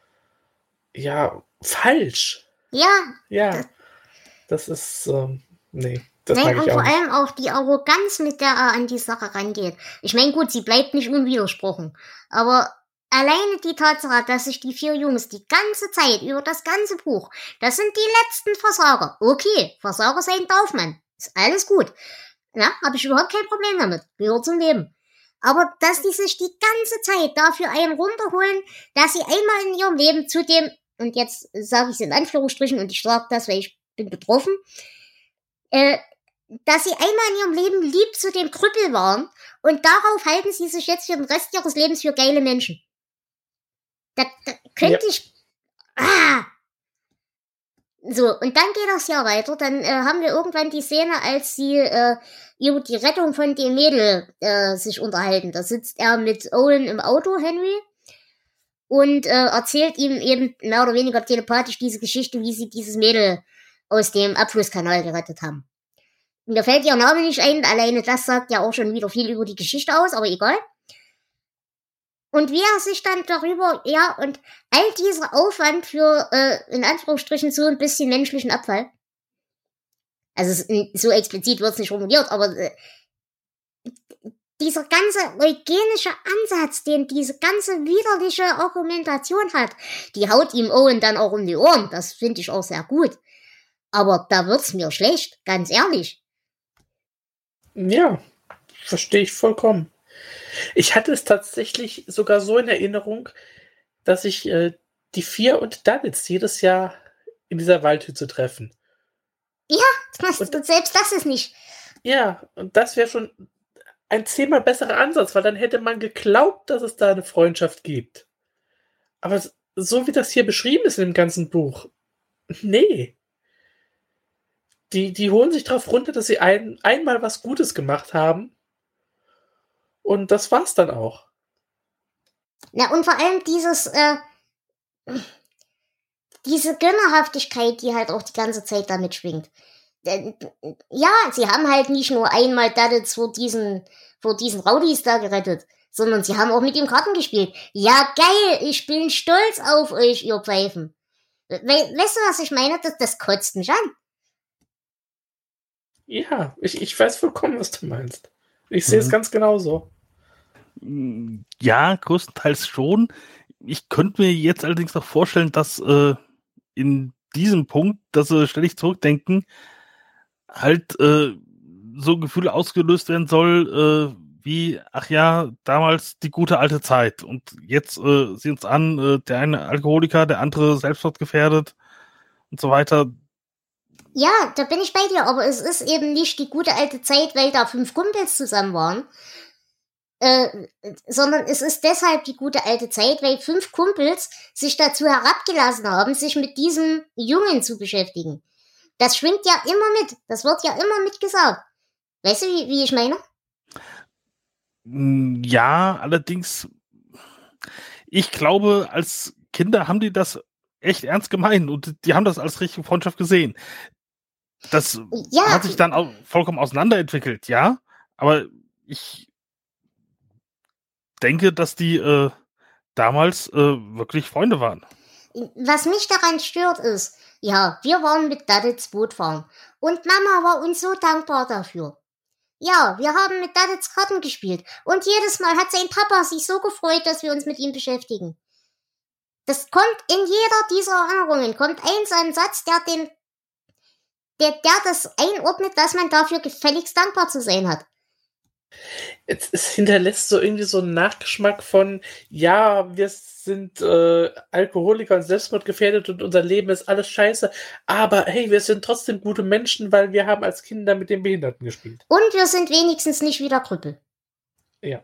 ja, falsch. Ja. Ja, das ist, ähm, nee, das Nein, mag und ich auch vor nicht. allem auch die Arroganz, mit der er an die Sache rangeht. Ich meine, gut, sie bleibt nicht unwidersprochen. Aber alleine die Tatsache, dass sich die vier Jungs die ganze Zeit über das ganze Buch, das sind die letzten Versager. Okay, Versager sein darf man. Ist alles gut. Ja, habe ich überhaupt kein Problem damit. Gehört zum Leben. Aber dass die sich die ganze Zeit dafür einen runterholen, dass sie einmal in ihrem Leben zu dem, und jetzt sage ich es in Anführungsstrichen und ich sage das, weil ich bin betroffen, äh, dass sie einmal in ihrem Leben lieb zu dem Krüppel waren und darauf halten sie sich jetzt für den Rest ihres Lebens für geile Menschen. Da, da könnte ja. ich... Ah! So, und dann geht das ja weiter. Dann äh, haben wir irgendwann die Szene, als sie äh, über die Rettung von dem Mädel äh, sich unterhalten. Da sitzt er mit Owen im Auto, Henry, und äh, erzählt ihm eben mehr oder weniger telepathisch diese Geschichte, wie sie dieses Mädel aus dem Abflusskanal gerettet haben. Und da fällt ihr Name nicht ein, alleine das sagt ja auch schon wieder viel über die Geschichte aus, aber egal. Und wie er sich dann darüber, ja, und all dieser Aufwand für, äh, in Anführungsstrichen, so ein bisschen menschlichen Abfall. Also so explizit wird es nicht formuliert, aber äh, dieser ganze eugenische Ansatz, den diese ganze widerliche Argumentation hat, die haut ihm Owen dann auch um die Ohren. Das finde ich auch sehr gut. Aber da wird's mir schlecht, ganz ehrlich. Ja, verstehe ich vollkommen. Ich hatte es tatsächlich sogar so in Erinnerung, dass ich äh, die vier und Duddits jedes Jahr in dieser Waldhütte treffen. Ja, das, und, selbst das ist nicht. Ja, und das wäre schon ein zehnmal besserer Ansatz, weil dann hätte man geglaubt, dass es da eine Freundschaft gibt. Aber so wie das hier beschrieben ist in dem ganzen Buch, nee. Die, die holen sich drauf runter, dass sie ein, einmal was Gutes gemacht haben. Und das war's dann auch. Na, und vor allem dieses, äh, diese Gönnerhaftigkeit, die halt auch die ganze Zeit damit schwingt. Ja, sie haben halt nicht nur einmal Duddits vor diesen, vor diesen Rowdies da gerettet, sondern sie haben auch mit ihm Karten gespielt. Ja, geil, ich bin stolz auf euch, ihr Pfeifen. We- weißt du, was ich meine? Das, das kotzt mich an. Ja, ich, ich weiß vollkommen, was du meinst. Ich sehe es mhm. ganz genauso. Ja, größtenteils schon. Ich könnte mir jetzt allerdings noch vorstellen, dass äh, in diesem Punkt, dass sie ständig zurückdenken, halt äh, so Gefühle ausgelöst werden soll, äh, wie, ach ja, damals die gute alte Zeit. Und jetzt äh, sehen uns an, äh, der eine Alkoholiker, der andere selbstmordgefährdet und so weiter. Ja, da bin ich bei dir, aber es ist eben nicht die gute alte Zeit, weil da fünf Kumpels zusammen waren, äh, sondern es ist deshalb die gute alte Zeit, weil fünf Kumpels sich dazu herabgelassen haben, sich mit diesem Jungen zu beschäftigen. Das schwingt ja immer mit. Das wird ja immer mitgesagt. Weißt du, wie, wie ich meine? Ja, allerdings, ich glaube, als Kinder haben die das echt ernst gemeint und die haben das als richtige Freundschaft gesehen. Das ja. hat sich dann auch vollkommen auseinanderentwickelt, ja. Aber ich denke, dass die äh, damals äh, wirklich Freunde waren. Was mich daran stört ist, ja, wir waren mit Duddits Boot fahren und Mama war uns so dankbar dafür. Ja, wir haben mit Duddits Karten gespielt und jedes Mal hat sein Papa sich so gefreut, dass wir uns mit ihm beschäftigen. Das kommt in jeder dieser Erinnerungen, kommt ein so ein Satz, der den, der, der das einordnet, dass man dafür gefälligst dankbar zu sein hat. Es, es hinterlässt so irgendwie so einen Nachgeschmack von, ja, wir sind äh, Alkoholiker und selbstmordgefährdet und unser Leben ist alles scheiße, aber hey, wir sind trotzdem gute Menschen, weil wir haben als Kinder mit den Behinderten gespielt. Und wir sind wenigstens nicht wieder Krüppel. Ja.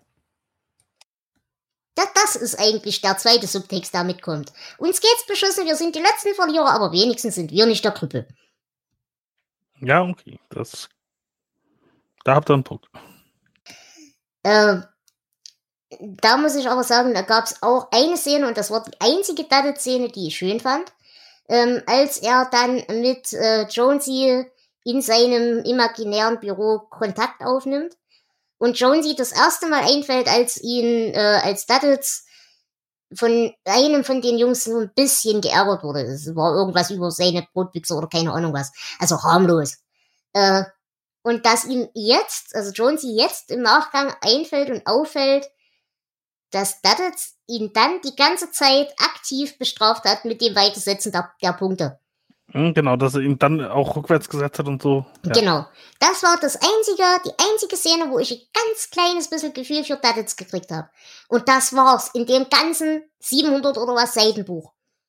Das, das ist eigentlich der zweite Subtext, der mitkommt. Uns geht's beschissen, wir sind die letzten Verlierer, aber wenigstens sind wir nicht der Krüppel. Ja, okay, das, da habt ihr einen Punkt. Äh, da muss ich aber sagen, da gab es auch eine Szene, und das war die einzige Duddit-Szene, die ich schön fand, ähm, als er dann mit äh, Jonesy in seinem imaginären Büro Kontakt aufnimmt. Und Jonesy das erste Mal einfällt, als ihn, äh, als Duddles von einem von den Jungs so ein bisschen geärgert wurde. Es war irgendwas über seine Brotbüchse oder keine Ahnung was. Also harmlos. Äh, und dass ihm jetzt, also Jonesy jetzt im Nachgang einfällt und auffällt, dass Duddles ihn dann die ganze Zeit aktiv bestraft hat mit dem Weitersetzen der, der Punkte. Genau, dass er ihn dann auch rückwärts gesetzt hat und so. Ja. Genau. Das war das einzige, die einzige Szene, wo ich ein ganz kleines bisschen Gefühl für Duddles gekriegt habe. Und das war's in dem ganzen siebenhundert oder was Seitenbuch.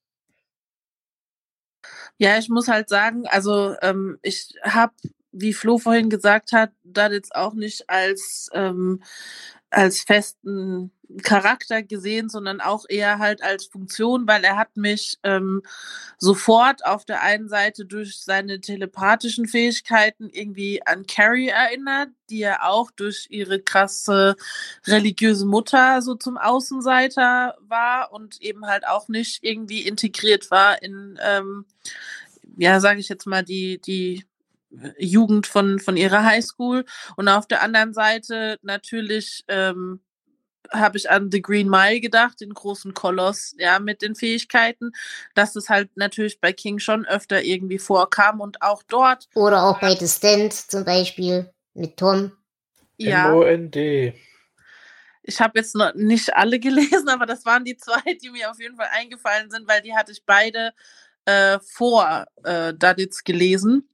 Ja, ich muss halt sagen, also ähm, ich habe, wie Flo vorhin gesagt hat, Duddles auch nicht als ähm, als festen Charakter gesehen, sondern auch eher halt als Funktion, weil er hat mich ähm, sofort auf der einen Seite durch seine telepathischen Fähigkeiten irgendwie an Carrie erinnert, die ja auch durch ihre krasse religiöse Mutter so zum Außenseiter war und eben halt auch nicht irgendwie integriert war in, ähm, ja, sage ich jetzt mal, die, die Jugend von, von ihrer Highschool. Und auf der anderen Seite natürlich ähm, habe ich an The Green Mile gedacht, den großen Koloss, ja, mit den Fähigkeiten, dass es halt natürlich bei King schon öfter irgendwie vorkam und auch dort. Oder auch bei The Stand zum Beispiel mit Tom. Ja. M O N D. Ich habe jetzt noch nicht alle gelesen, aber das waren die zwei, die mir auf jeden Fall eingefallen sind, weil die hatte ich beide äh, vor äh, Duddits gelesen.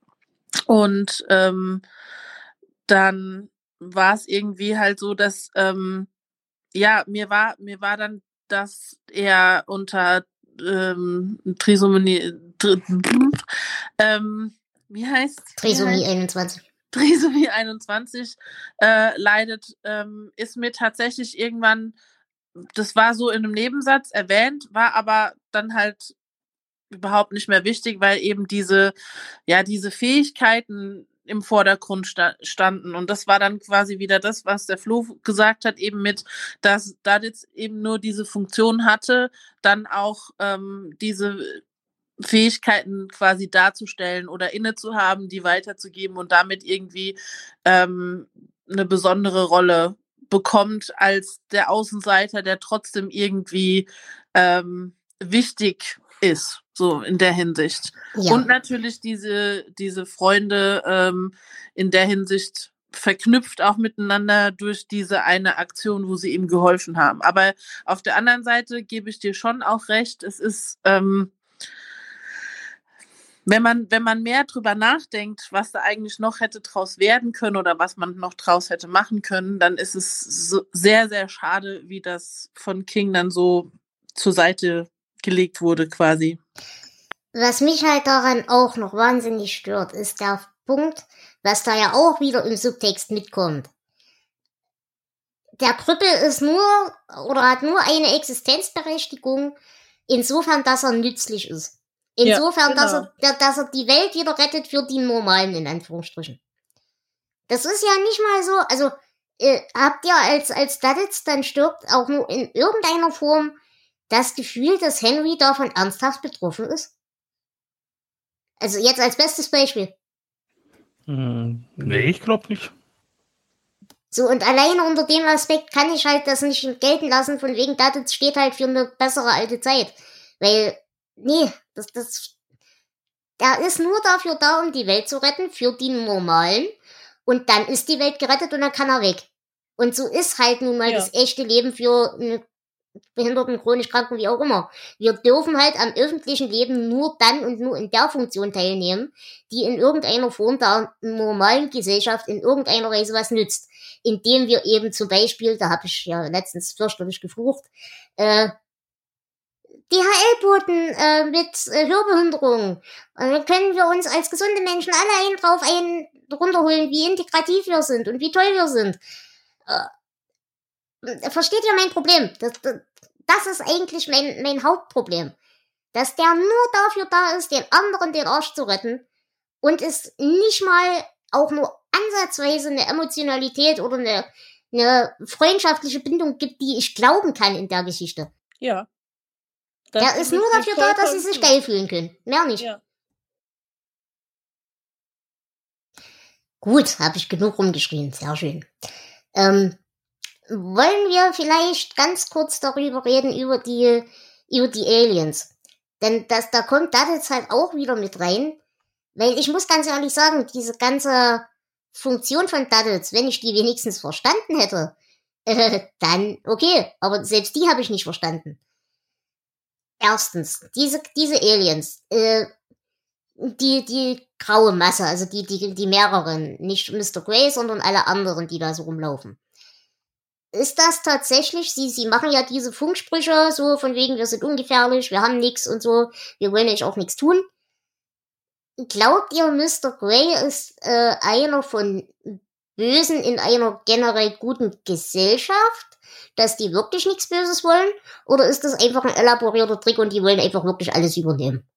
Und ähm, dann war es irgendwie halt so, dass ähm, ja, mir war mir war dann, dass er unter ähm, Trisomie, tr ähm, wie heißt Trisomie einundzwanzig. Trisomie einundzwanzig äh, leidet, ähm, ist mir tatsächlich irgendwann, das war so in einem Nebensatz erwähnt, war aber dann halt überhaupt nicht mehr wichtig, weil eben diese, ja, diese Fähigkeiten im Vordergrund sta- standen. Und das war dann quasi wieder das, was der Flo gesagt hat, eben mit, dass Duddits eben nur diese Funktion hatte, dann auch ähm, diese Fähigkeiten quasi darzustellen oder inne zu haben, die weiterzugeben und damit irgendwie ähm, eine besondere Rolle bekommt als der Außenseiter, der trotzdem irgendwie ähm, wichtig ist, so in der Hinsicht. Ja. Und natürlich diese, diese Freunde ähm, in der Hinsicht verknüpft auch miteinander durch diese eine Aktion, wo sie ihm geholfen haben. Aber auf der anderen Seite gebe ich dir schon auch recht, es ist, ähm, wenn man, wenn man mehr drüber nachdenkt, was da eigentlich noch hätte draus werden können oder was man noch draus hätte machen können, dann ist es so sehr, sehr schade, wie das von King dann so zur Seite gelegt wurde quasi. Was mich halt daran auch noch wahnsinnig stört, ist der Punkt, was da ja auch wieder im Subtext mitkommt. Der Krüppel ist nur oder hat nur eine Existenzberechtigung, insofern, dass er nützlich ist. Insofern, ja, genau. dass er, dass er die Welt wieder rettet für die Normalen, in Anführungsstrichen. Das ist ja nicht mal so, also, äh, habt ihr als, als Duddits dann stirbt auch nur in irgendeiner Form das Gefühl, dass Henry davon ernsthaft betroffen ist? Also jetzt als bestes Beispiel. Hm, nee, ich glaube nicht. So, und alleine unter dem Aspekt kann ich halt das nicht gelten lassen, von wegen Duddits steht halt für eine bessere alte Zeit. Weil, nee, das, das, der ist nur dafür da, um die Welt zu retten, für die Normalen. Und dann ist die Welt gerettet und dann kann er weg. Und so ist halt nun mal Ja. das echte Leben für eine Behinderten, chronisch Kranken, wie auch immer. Wir dürfen halt am öffentlichen Leben nur dann und nur in der Funktion teilnehmen, die in irgendeiner Form der normalen Gesellschaft in irgendeiner Weise was nützt. Indem wir eben zum Beispiel, da habe ich ja letztens fürchterlich geflucht, äh, D H L-Boten äh, mit äh, Hörbehinderung. Und dann können wir uns als gesunde Menschen alle einen drauf einen runterholen, wie integrativ wir sind und wie toll wir sind. Äh, versteht ihr mein Problem? Das, das, das ist eigentlich mein, mein Hauptproblem. Dass der nur dafür da ist, den anderen den Arsch zu retten und es nicht mal auch nur ansatzweise eine Emotionalität oder eine, eine freundschaftliche Bindung gibt, die ich glauben kann in der Geschichte. Ja. Der ist nur dafür da, dass sie sich geil fühlen können. Mehr nicht. Ja. Gut, habe ich genug rumgeschrien. Sehr schön. Ähm, wollen wir vielleicht ganz kurz darüber reden, über die, über die Aliens? Denn das, da kommt das jetzt halt auch wieder mit rein. Weil ich muss ganz ehrlich sagen, diese ganze Funktion von Duddles, wenn ich die wenigstens verstanden hätte, äh, dann okay. Aber selbst die habe ich nicht verstanden. Erstens, diese, diese Aliens, äh, die, die graue Masse, also die, die, die mehreren, nicht Mister Grey, sondern alle anderen, die da so rumlaufen. Ist das tatsächlich, sie, sie machen ja diese Funksprüche, so von wegen, wir sind ungefährlich, wir haben nichts und so, wir wollen euch auch nichts tun. Glaubt ihr, Mister Grey ist äh, einer von Bösen in einer generell guten Gesellschaft, dass die wirklich nichts Böses wollen? Oder ist das einfach ein elaborierter Trick und die wollen einfach wirklich alles übernehmen?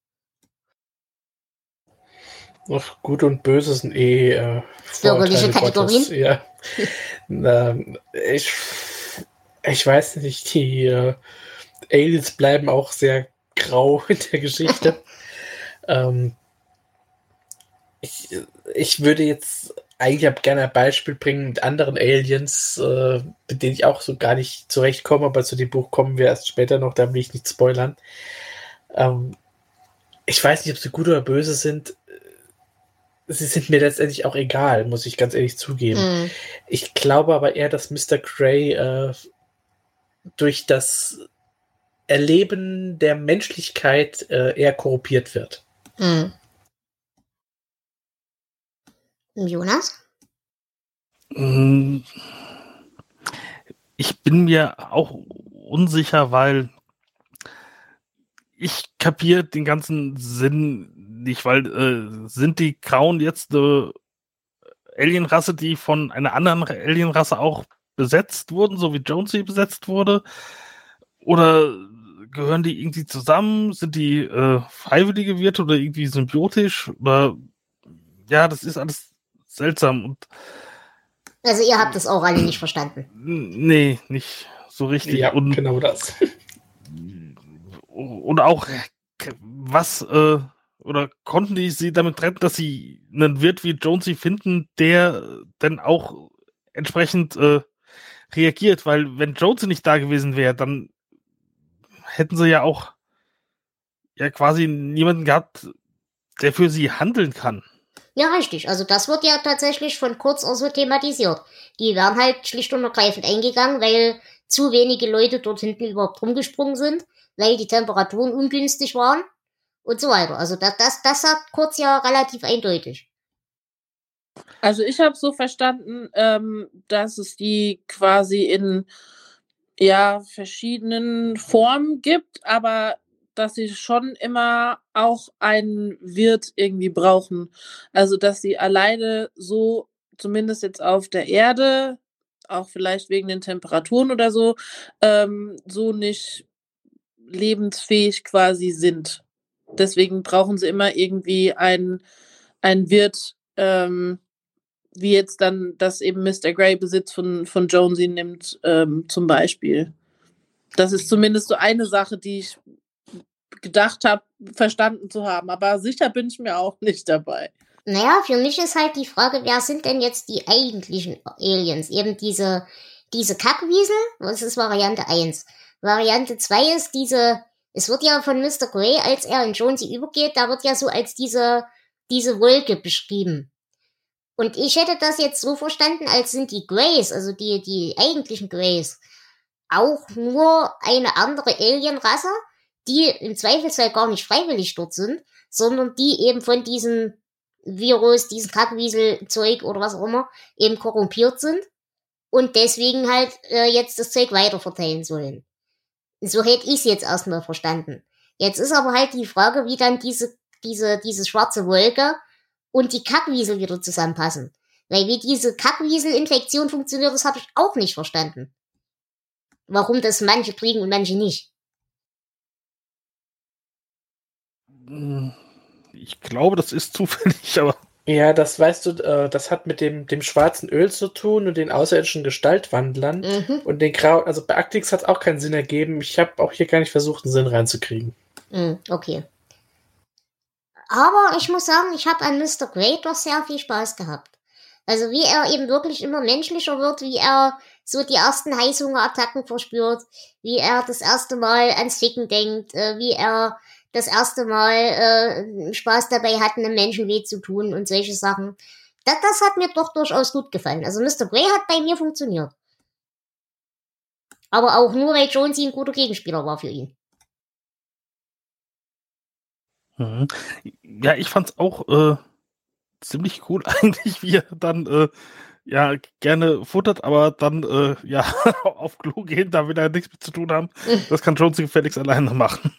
Ach, Gut und Böse sind eh äh, Bürgerliche Vorurteile Kategorien? Gottes. Ja. ähm, ich, ich weiß nicht, die äh, Aliens bleiben auch sehr grau in der Geschichte. ähm, ich, ich würde jetzt eigentlich auch gerne ein Beispiel bringen mit anderen Aliens, äh, mit denen ich auch so gar nicht zurechtkomme, aber zu dem Buch kommen wir erst später noch, da will ich nicht spoilern. Ähm, ich weiß nicht, ob sie gut oder böse sind. Sie sind mir letztendlich auch egal, muss ich ganz ehrlich zugeben. Hm. Ich glaube aber eher, dass Mister Grey äh, durch das Erleben der Menschlichkeit äh, eher korrumpiert wird. Hm. Jonas? Ich bin mir auch unsicher, weil ich kapiere den ganzen Sinn nicht, weil äh, sind die Grauen jetzt eine Alienrasse, die von einer anderen Alienrasse auch besetzt wurden, so wie Jonesy besetzt wurde? Oder gehören die irgendwie zusammen? Sind die äh, freiwillige Wirte oder irgendwie symbiotisch? Oder ja, das ist alles seltsam. Und Also ihr habt das auch alle nicht verstanden. nee, nicht so richtig. Ja, und, genau das. Und auch, was, äh, oder konnten die sie damit retten, dass sie einen Wirt wie Jonesy finden, der dann auch entsprechend äh, reagiert? Weil wenn Jonesy nicht da gewesen wäre, dann hätten sie ja auch ja quasi niemanden gehabt, der für sie handeln kann. Ja, richtig. Also das wird ja tatsächlich von Kurz auch so thematisiert. Die werden halt schlicht und ergreifend eingegangen, weil zu wenige Leute dort hinten überhaupt rumgesprungen sind, weil die Temperaturen ungünstig waren und so weiter. Also das, das, das sagt Kurz ja relativ eindeutig. Also ich habe so verstanden, ähm, dass es die quasi in ja verschiedenen Formen gibt, aber dass sie schon immer auch einen Wirt irgendwie brauchen. Also dass sie alleine so, zumindest jetzt auf der Erde, auch vielleicht wegen den Temperaturen oder so, ähm, so nicht lebensfähig quasi sind. Deswegen brauchen sie immer irgendwie einen, einen Wirt, ähm, wie jetzt dann das eben Mister Grey Besitz von, von Jonesy nimmt, ähm, zum Beispiel. Das ist zumindest so eine Sache, die ich gedacht habe, verstanden zu haben. Aber sicher bin ich mir auch nicht dabei. Naja, für mich ist halt die Frage, wer sind denn jetzt die eigentlichen Aliens? Eben diese, diese Kackwiesel? Das ist Variante eins. Variante zwei ist diese, es wird ja von Mister Grey, als er in Jonesy übergeht, da wird ja so als diese, diese Wolke beschrieben. Und ich hätte das jetzt so verstanden, als sind die Greys, also die, die eigentlichen Greys, auch nur eine andere Alienrasse, die im Zweifelsfall gar nicht freiwillig dort sind, sondern die eben von diesem Virus, diesem Kackwieselzeug oder was auch immer, eben korrumpiert sind und deswegen halt äh, jetzt das Zeug weiterverteilen sollen. So hätte ich es jetzt erstmal verstanden. Jetzt ist aber halt die Frage, wie dann diese, diese, diese schwarze Wolke und die Kackwiesel wieder zusammenpassen. Weil wie diese Kackwiesel-Infektion funktioniert, das habe ich auch nicht verstanden. Warum das manche kriegen und manche nicht. Ich glaube, das ist zufällig, aber... Ja, das weißt du, äh, das hat mit dem, dem schwarzen Öl zu tun und den außerirdischen Gestaltwandlern. Mhm. Und den Grau, also bei Actix hat es auch keinen Sinn ergeben. Ich habe auch hier gar nicht versucht, einen Sinn reinzukriegen. Mhm, okay. Aber ich muss sagen, ich habe an Mister Grey doch sehr viel Spaß gehabt. Also wie er eben wirklich immer menschlicher wird, wie er so die ersten Heißhungerattacken verspürt, wie er das erste Mal ans Ficken denkt, äh, wie er das erste Mal äh, Spaß dabei hat, einem Menschen weh zu tun und solche Sachen. Das, das hat mir doch durchaus gut gefallen. Also Mister Grey hat bei mir funktioniert. Aber auch nur, weil Jonesy ein guter Gegenspieler war für ihn. Mhm. Ja, ich fand's auch äh, ziemlich cool eigentlich, wie er dann äh, ja gerne futtert, aber dann äh, ja auf Klo gehen, da will er nichts mit zu tun haben. Das kann Jonesy gefälligst alleine machen.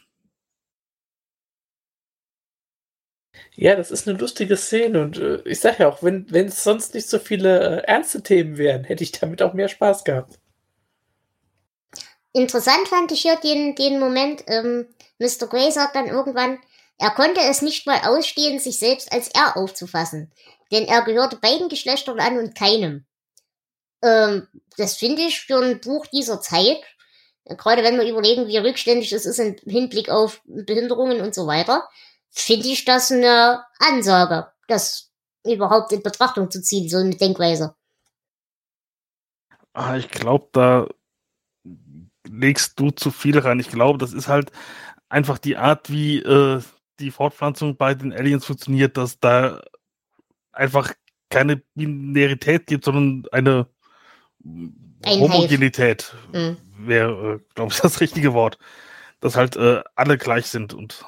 Ja, das ist eine lustige Szene und äh, ich sag ja auch, wenn wenn es sonst nicht so viele äh, ernste Themen wären, hätte ich damit auch mehr Spaß gehabt. Interessant fand ich hier den, den Moment, ähm, Mister Grey sagt dann irgendwann, er konnte es nicht mal ausstehen, sich selbst als er aufzufassen, denn er gehörte beiden Geschlechtern an und keinem. Ähm, das finde ich für ein Buch dieser Zeit, gerade wenn wir überlegen, wie rückständig es ist im Hinblick auf Behinderungen und so weiter, finde ich das eine Ansage, das überhaupt in Betrachtung zu ziehen, so eine Denkweise. Ah, ich glaube, da legst du zu viel rein. Ich glaube, das ist halt einfach die Art, wie äh, die Fortpflanzung bei den Aliens funktioniert, dass da einfach keine Binarität gibt, sondern eine Ein Homogenität Mhm. wäre, äh, glaube ich, das richtige Wort. Dass halt äh, alle gleich sind und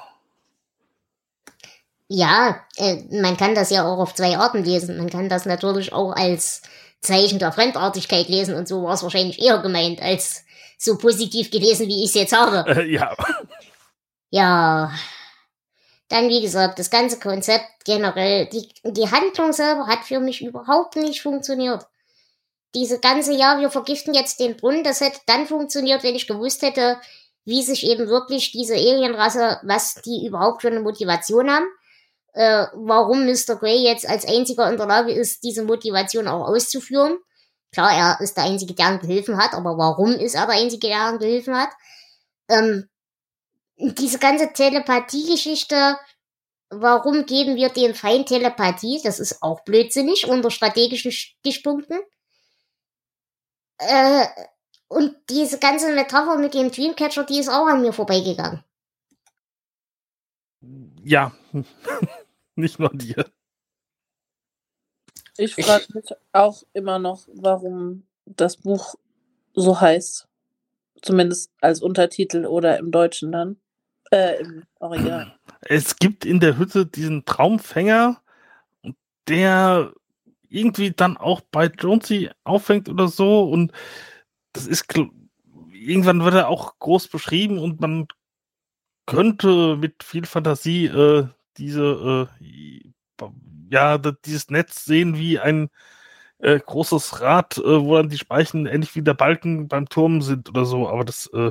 Ja, äh, man kann das ja auch auf zwei Arten lesen. Man kann das natürlich auch als Zeichen der Fremdartigkeit lesen und so war es wahrscheinlich eher gemeint, als so positiv gelesen, wie ich es jetzt habe. äh, ja. Ja, dann wie gesagt, das ganze Konzept generell, die, die Handlung selber hat für mich überhaupt nicht funktioniert. Diese ganze, ja, wir vergiften jetzt den Brunnen, das hätte dann funktioniert, wenn ich gewusst hätte, wie sich eben wirklich diese Alienrasse, was die überhaupt für eine Motivation haben. Äh, warum Mister Grey jetzt als einziger in der Lage ist, diese Motivation auch auszuführen. Klar, er ist der Einzige, der ihm geholfen hat, aber warum ist er der Einzige, der ihm geholfen hat? Ähm, diese ganze Telepathie-Geschichte, warum geben wir dem Feind Telepathie? Das ist auch blödsinnig unter strategischen Stichpunkten. Äh, und diese ganze Metapher mit dem Dreamcatcher, die ist auch an mir vorbeigegangen. Ja. Nicht nur dir. Ich frage mich auch immer noch, warum das Buch so heißt. Zumindest als Untertitel oder im Deutschen dann. Äh, im Original. Es gibt in der Hütte diesen Traumfänger, der irgendwie dann auch bei Jonesy auffängt oder so und das ist irgendwann wird er auch groß beschrieben und man könnte mit viel Fantasie äh, diese äh, ja dieses Netz sehen wie ein äh, großes Rad, äh, wo dann die Speichen ähnlich wie der Balken beim Turm sind oder so, aber das äh,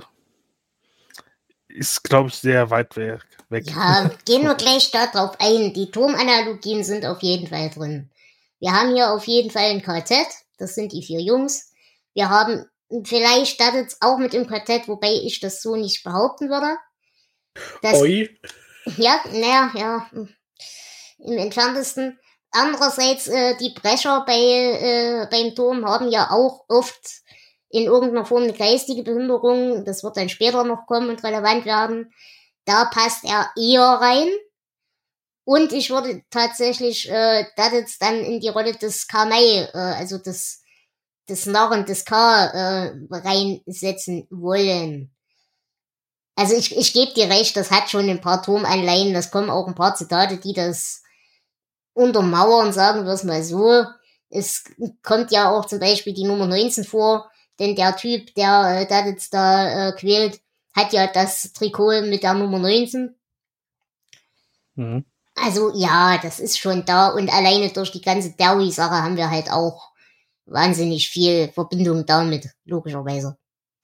ist, glaube ich, sehr weit weg. Ja, gehen wir gleich darauf ein. Die Turmanalogien sind auf jeden Fall drin. Wir haben hier auf jeden Fall ein Quartett, das sind die vier Jungs. Wir haben, vielleicht startet es auch mit dem Quartett, wobei ich das so nicht behaupten würde. Das, Oi. Ja, naja, ja, im entferntesten. Andererseits, äh, die Brecher bei, äh, beim Turm haben ja auch oft in irgendeiner Form eine geistige Behinderung. Das wird dann später noch kommen und relevant werden. Da passt er eher rein. Und ich würde tatsächlich äh, das jetzt dann in die Rolle des Kamei, äh, also des, des Narren, des K, äh, reinsetzen wollen. Also ich, ich gebe dir recht, das hat schon ein paar Turmanleihen, das kommen auch ein paar Zitate, die das untermauern, sagen wir es mal so. Es kommt ja auch zum Beispiel die Nummer neunzehn vor, denn der Typ, der äh, das jetzt da äh, quält, hat ja das Trikot mit der Nummer neunzehn. Mhm. Also ja, das ist schon da und alleine durch die ganze Derry-Sache haben wir halt auch wahnsinnig viel Verbindung damit, logischerweise.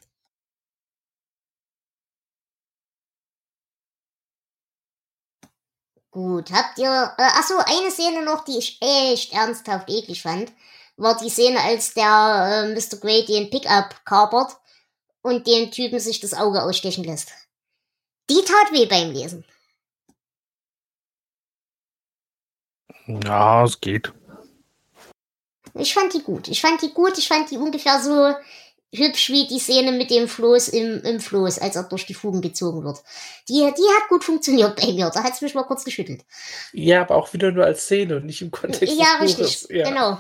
Gut, habt ihr, äh, ach so, eine Szene noch, die ich echt ernsthaft eklig fand, war die Szene, als der äh, Mister Grey den Pickup kapert und den Typen sich das Auge ausstechen lässt. Die tat weh beim Lesen. Ja, es geht. Ich fand die gut. Ich fand die gut. Ich fand die ungefähr so hübsch wie die Szene mit dem Floß im, im Floß, als er durch die Fugen gezogen wird. Die, die hat gut funktioniert bei mir. Da hat es mich mal kurz geschüttelt. Ja, aber auch wieder nur als Szene und nicht im Kontext Ja, des richtig. Buches. Ja, genau.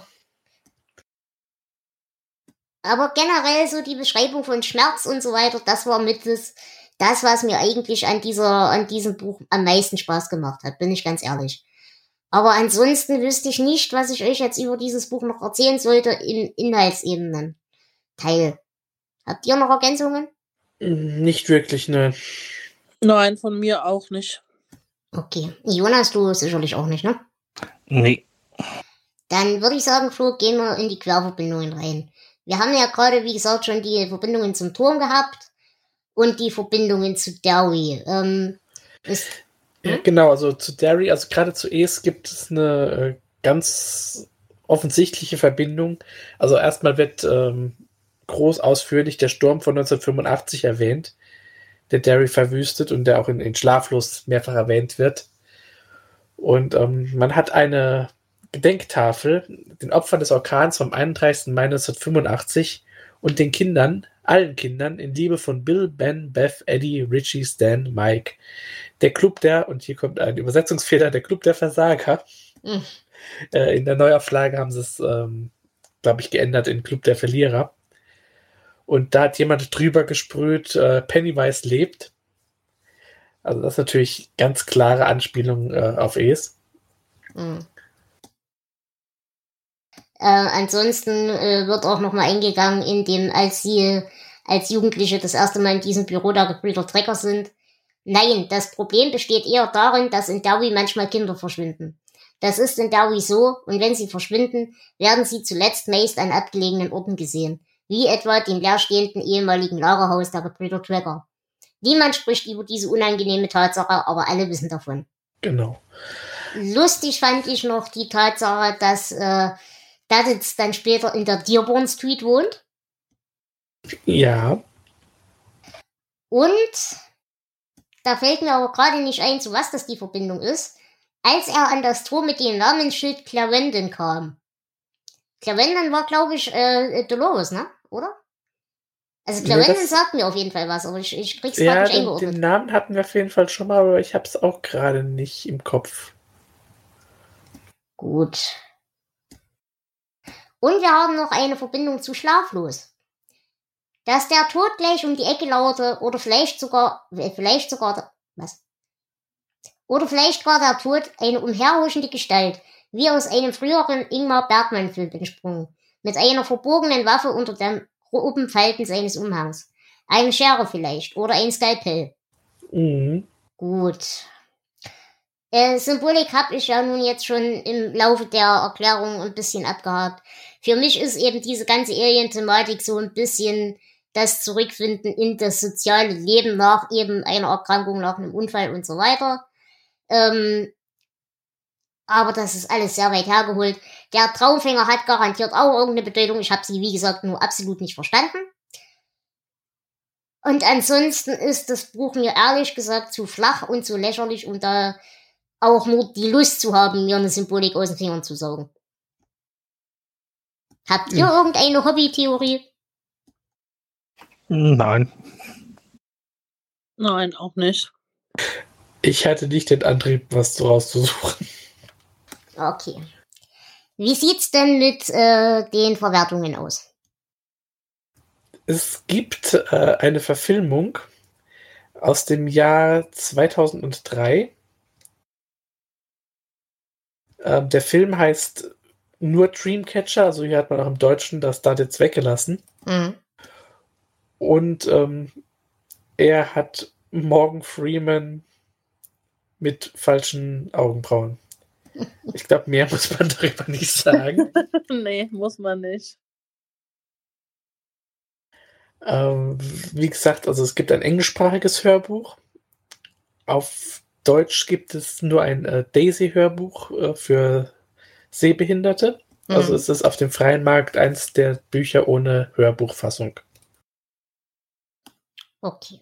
Aber generell so die Beschreibung von Schmerz und so weiter, das war mit das, das was mir eigentlich an dieser, an diesem Buch am meisten Spaß gemacht hat, bin ich ganz ehrlich. Aber ansonsten wüsste ich nicht, was ich euch jetzt über dieses Buch noch erzählen sollte in Inhaltsebenen. Teil. Habt ihr noch Ergänzungen? Nicht wirklich, ne. Nein, von mir auch nicht. Okay. Jonas, du sicherlich auch nicht, ne? Nee. Dann würde ich sagen, Flo, gehen wir in die Querverbindungen rein. Wir haben ja gerade, wie gesagt, schon die Verbindungen zum Turm gehabt und die Verbindungen zu Derry. Ähm, ist, Ja, hm? genau, also zu Derry, also gerade zu Es gibt es eine äh, ganz offensichtliche Verbindung. Also erstmal wird ähm, groß ausführlich der Sturm von neunzehnhundertfünfundachtzig erwähnt, der Derry verwüstet und der auch in, in Schlaflos mehrfach erwähnt wird. Und ähm, man hat eine Gedenktafel den Opfern des Orkans vom einunddreißigsten Mai neunzehnhundertfünfundachtzig und den Kindern, allen Kindern, in Liebe von Bill, Ben, Beth, Eddie, Richie, Stan, Mike. Der Club der, und hier kommt ein Übersetzungsfehler, der Club der Versager. Hm. Äh, in der Neuauflage haben sie es, ähm, glaube ich, geändert in Club der Verlierer. Und da hat jemand drüber gesprüht, äh, Pennywise lebt. Also das ist natürlich ganz klare Anspielung äh, auf Es. Hm. Äh, ansonsten äh, wird auch nochmal eingegangen, in dem, als sie als Jugendliche das erste Mal in diesem Büro der Gebrüder Trecker sind. Nein, das Problem besteht eher darin, dass in Derry manchmal Kinder verschwinden. Das ist in Derry so, und wenn sie verschwinden, werden sie zuletzt meist an abgelegenen Orten gesehen, wie etwa dem leerstehenden ehemaligen Lagerhaus der Gebrüder Trecker. Niemand spricht über diese unangenehme Tatsache, aber alle wissen davon. Genau. Lustig fand ich noch die Tatsache, dass äh, Duddits dann später in der Dearborn Street wohnt. Ja. Und da fällt mir aber gerade nicht ein, zu was das die Verbindung ist, als er an das Tor mit dem Namensschild Clarendon kam. Clarendon war, glaube ich, äh, Dolores, ne? Oder? Also Clarendon Nee, das- sagt mir auf jeden Fall was, aber ich, ich krieg's gerade Ja, nicht den, eingeordnet. den Namen hatten wir auf jeden Fall schon mal, aber ich habe es auch gerade nicht im Kopf. Gut. Und wir haben noch eine Verbindung zu Schlaflos. Dass der Tod gleich um die Ecke lauerte, oder vielleicht sogar, vielleicht sogar, der, was? Oder vielleicht war der Tod eine umherhuschende Gestalt, wie aus einem früheren Ingmar Bergmann-Film entsprungen, mit einer verborgenen Waffe unter den groben Falten seines Umhangs. Eine Schere vielleicht, oder ein Skalpell. Mhm. Gut. Äh, Symbolik habe ich ja nun jetzt schon im Laufe der Erklärung ein bisschen abgehakt. Für mich ist eben diese ganze Alien-Thematik so ein bisschen das Zurückfinden in das soziale Leben nach eben einer Erkrankung, nach einem Unfall und so weiter. Ähm, aber das ist alles sehr weit hergeholt. Der Traumfänger hat garantiert auch irgendeine Bedeutung. Ich habe sie, wie gesagt, nur absolut nicht verstanden. Und ansonsten ist das Buch mir ehrlich gesagt zu flach und zu lächerlich, um da auch nur die Lust zu haben, mir eine Symbolik aus den Fingern zu saugen. Habt ihr Hm. irgendeine Hobbytheorie? Nein. Nein, auch nicht. Ich hatte nicht den Antrieb, was rauszusuchen. Okay. Wie sieht's denn mit äh, den Verwertungen aus? Es gibt äh, eine Verfilmung aus dem Jahr zweitausenddrei. Ähm, der Film heißt nur Dreamcatcher, also hier hat man auch im Deutschen das da jetzt weggelassen. Hm. Und ähm, er hat Morgan Freeman mit falschen Augenbrauen. Ich glaube, mehr muss man darüber nicht sagen. Nee, muss man nicht. ähm, wie gesagt, also es gibt ein englischsprachiges Hörbuch. Auf Deutsch gibt es nur ein äh, Daisy-Hörbuch äh, für Sehbehinderte. Also Mhm. es ist auf dem freien Markt eins der Bücher ohne Hörbuchfassung. Okay.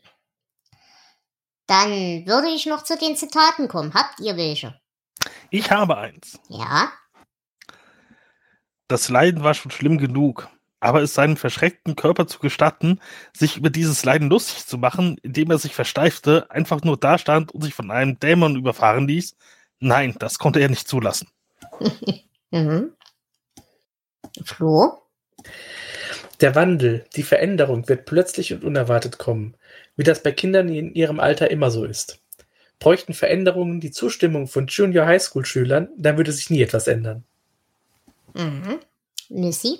Dann würde ich noch zu den Zitaten kommen. Habt ihr welche? Ich habe eins. Ja? Das Leiden war schon schlimm genug, aber es seinem verschreckten Körper zu gestatten, sich über dieses Leiden lustig zu machen, indem er sich versteifte, einfach nur dastand und sich von einem Dämon überfahren ließ, nein, das konnte er nicht zulassen. mhm. Flo? Der Wandel, die Veränderung wird plötzlich und unerwartet kommen, wie das bei Kindern in ihrem Alter immer so ist. Bräuchten Veränderungen die Zustimmung von Junior-Highschool-Schülern, dann würde sich nie etwas ändern. Mhm. Missy?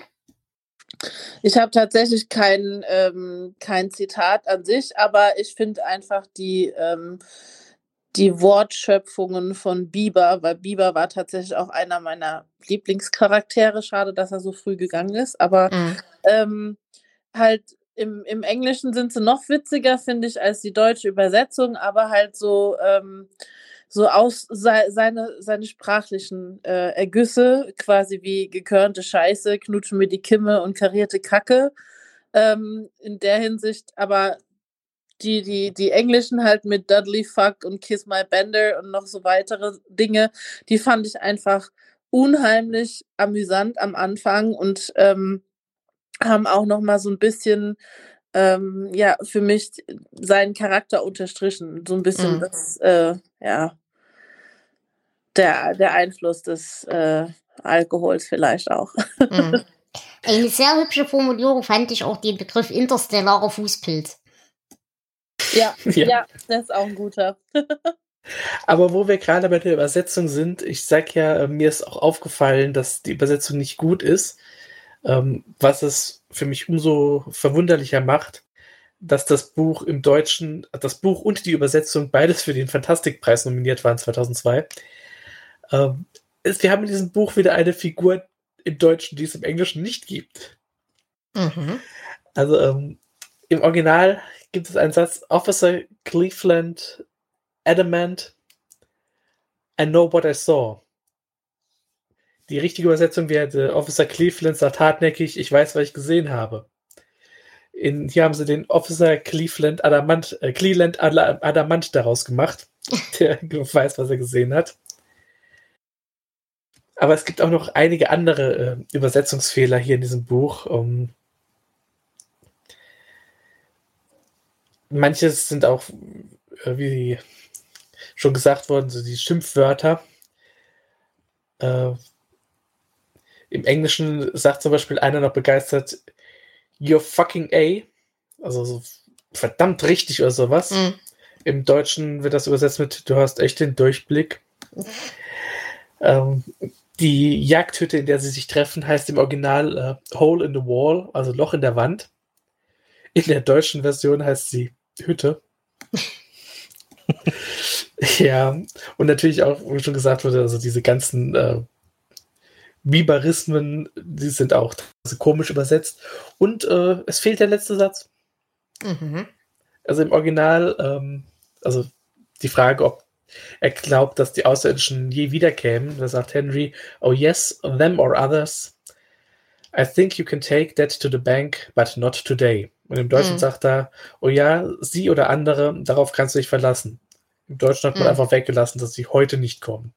Ich habe tatsächlich kein, ähm, kein Zitat an sich, aber ich finde einfach die, ähm, die Wortschöpfungen von Bieber, weil Bieber war tatsächlich auch einer meiner Lieblingscharaktere. Schade, dass er so früh gegangen ist, aber Mhm. ähm, halt im, im Englischen sind sie noch witziger, finde ich, als die deutsche Übersetzung, aber halt so, ähm, so aus sei, seine, seine sprachlichen äh, Ergüsse, quasi wie gekörnte Scheiße, knutschen mir die Kimme und karierte Kacke. Ähm, in der Hinsicht, aber die, die, die Englischen halt mit Dudley Fuck und Kiss My Bender und noch so weitere Dinge, die fand ich einfach unheimlich amüsant am Anfang und ähm, haben auch noch mal so ein bisschen ähm, ja, für mich seinen Charakter unterstrichen. So ein bisschen Mhm. das, äh, ja, der, der Einfluss des äh, Alkohols vielleicht auch. Mhm. Eine sehr hübsche Formulierung fand ich auch den Begriff interstellarer Fußpilz. Ja, Ja. ja, das ist auch ein guter. Aber wo wir gerade bei der Übersetzung sind, ich sag ja, äh, mir ist auch aufgefallen, dass die Übersetzung nicht gut ist, ähm, was es für mich umso verwunderlicher macht, dass das Buch im Deutschen, das Buch und die Übersetzung beides für den Fantastikpreis nominiert waren zweitausendzwei. Ähm, ist, wir haben in diesem Buch wieder eine Figur im Deutschen, die es im Englischen nicht gibt. Mhm. Also ähm, im Original gibt es einen Satz, Officer Cleveland Adamant, I know what I saw. Die richtige Übersetzung wäre, Officer Cleveland sagt hartnäckig, ich weiß, was ich gesehen habe. In, hier haben sie den Officer Cleveland Adamant, äh, Cleveland Adamant daraus gemacht, der weiß, was er gesehen hat. Aber es gibt auch noch einige andere äh, Übersetzungsfehler hier in diesem Buch. Um, manches sind auch, äh, wie schon gesagt worden, so die Schimpfwörter. Äh, Im Englischen sagt zum Beispiel einer noch begeistert, you're fucking A. Also so verdammt richtig oder sowas. Mhm. Im Deutschen wird das übersetzt mit, du hast echt den Durchblick. ähm, die Jagdhütte, in der sie sich treffen, heißt im Original äh, Hole in the Wall, also Loch in der Wand. In der deutschen Version heißt sie Hütte. Ja, und natürlich auch, wie schon gesagt wurde, also diese ganzen äh, Biberismen, die sind auch komisch übersetzt. Und äh, es fehlt der letzte Satz. Mhm. Also im Original, ähm, also die Frage, ob er glaubt, dass die Außerirdischen je wiederkämen, da sagt Henry, oh yes, them or others. I think you can take that to the bank, but not today. Und im Deutschen Mhm. sagt er, oh ja, sie oder andere, darauf kannst du dich verlassen. Im Deutschen hat man Mhm. einfach weggelassen, dass sie heute nicht kommen.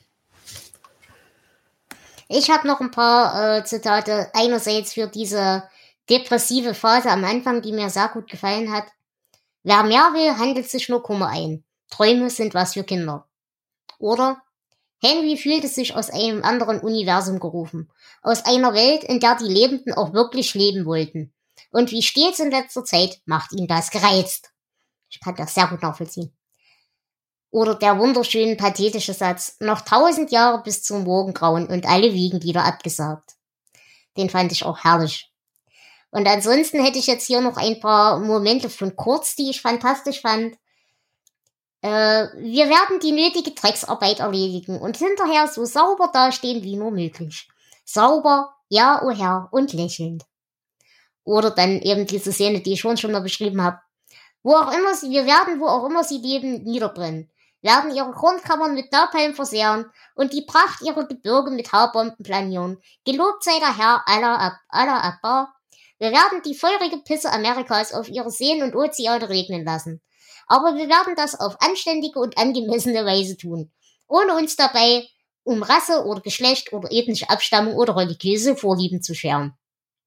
Ich habe noch ein paar äh, Zitate. Einerseits für diese depressive Phase am Anfang, die mir sehr gut gefallen hat. Wer mehr will, handelt sich nur Kummer ein. Träume sind was für Kinder. Oder Henry fühlte sich aus einem anderen Universum gerufen. Aus einer Welt, in der die Lebenden auch wirklich leben wollten. Und wie stets in letzter Zeit macht ihn das gereizt. Ich kann das sehr gut nachvollziehen. Oder der wunderschöne, pathetische Satz, noch tausend Jahre bis zum Morgengrauen und alle Wiegen wieder abgesagt. Den fand ich auch herrlich. Und ansonsten hätte ich jetzt hier noch ein paar Momente von Kurz, die ich fantastisch fand. Äh, wir werden die nötige Drecksarbeit erledigen und hinterher so sauber dastehen wie nur möglich. Sauber, ja, oh Herr, und lächelnd. Oder dann eben diese Szene, die ich schon schon mal beschrieben habe. Wo auch immer sie, wir werden, wo auch immer sie leben, niederbrennen. Werden ihre Grundkammern mit Napalm versehren und die Pracht ihrer Gebirge mit Haarbomben planieren. Gelobt sei der Herr aller, aller Abba. Wir werden die feurige Pisse Amerikas auf ihre Seen und Ozeane regnen lassen. Aber wir werden das auf anständige und angemessene Weise tun. Ohne uns dabei um Rasse oder Geschlecht oder ethnische Abstammung oder religiöse Vorlieben zu scheren.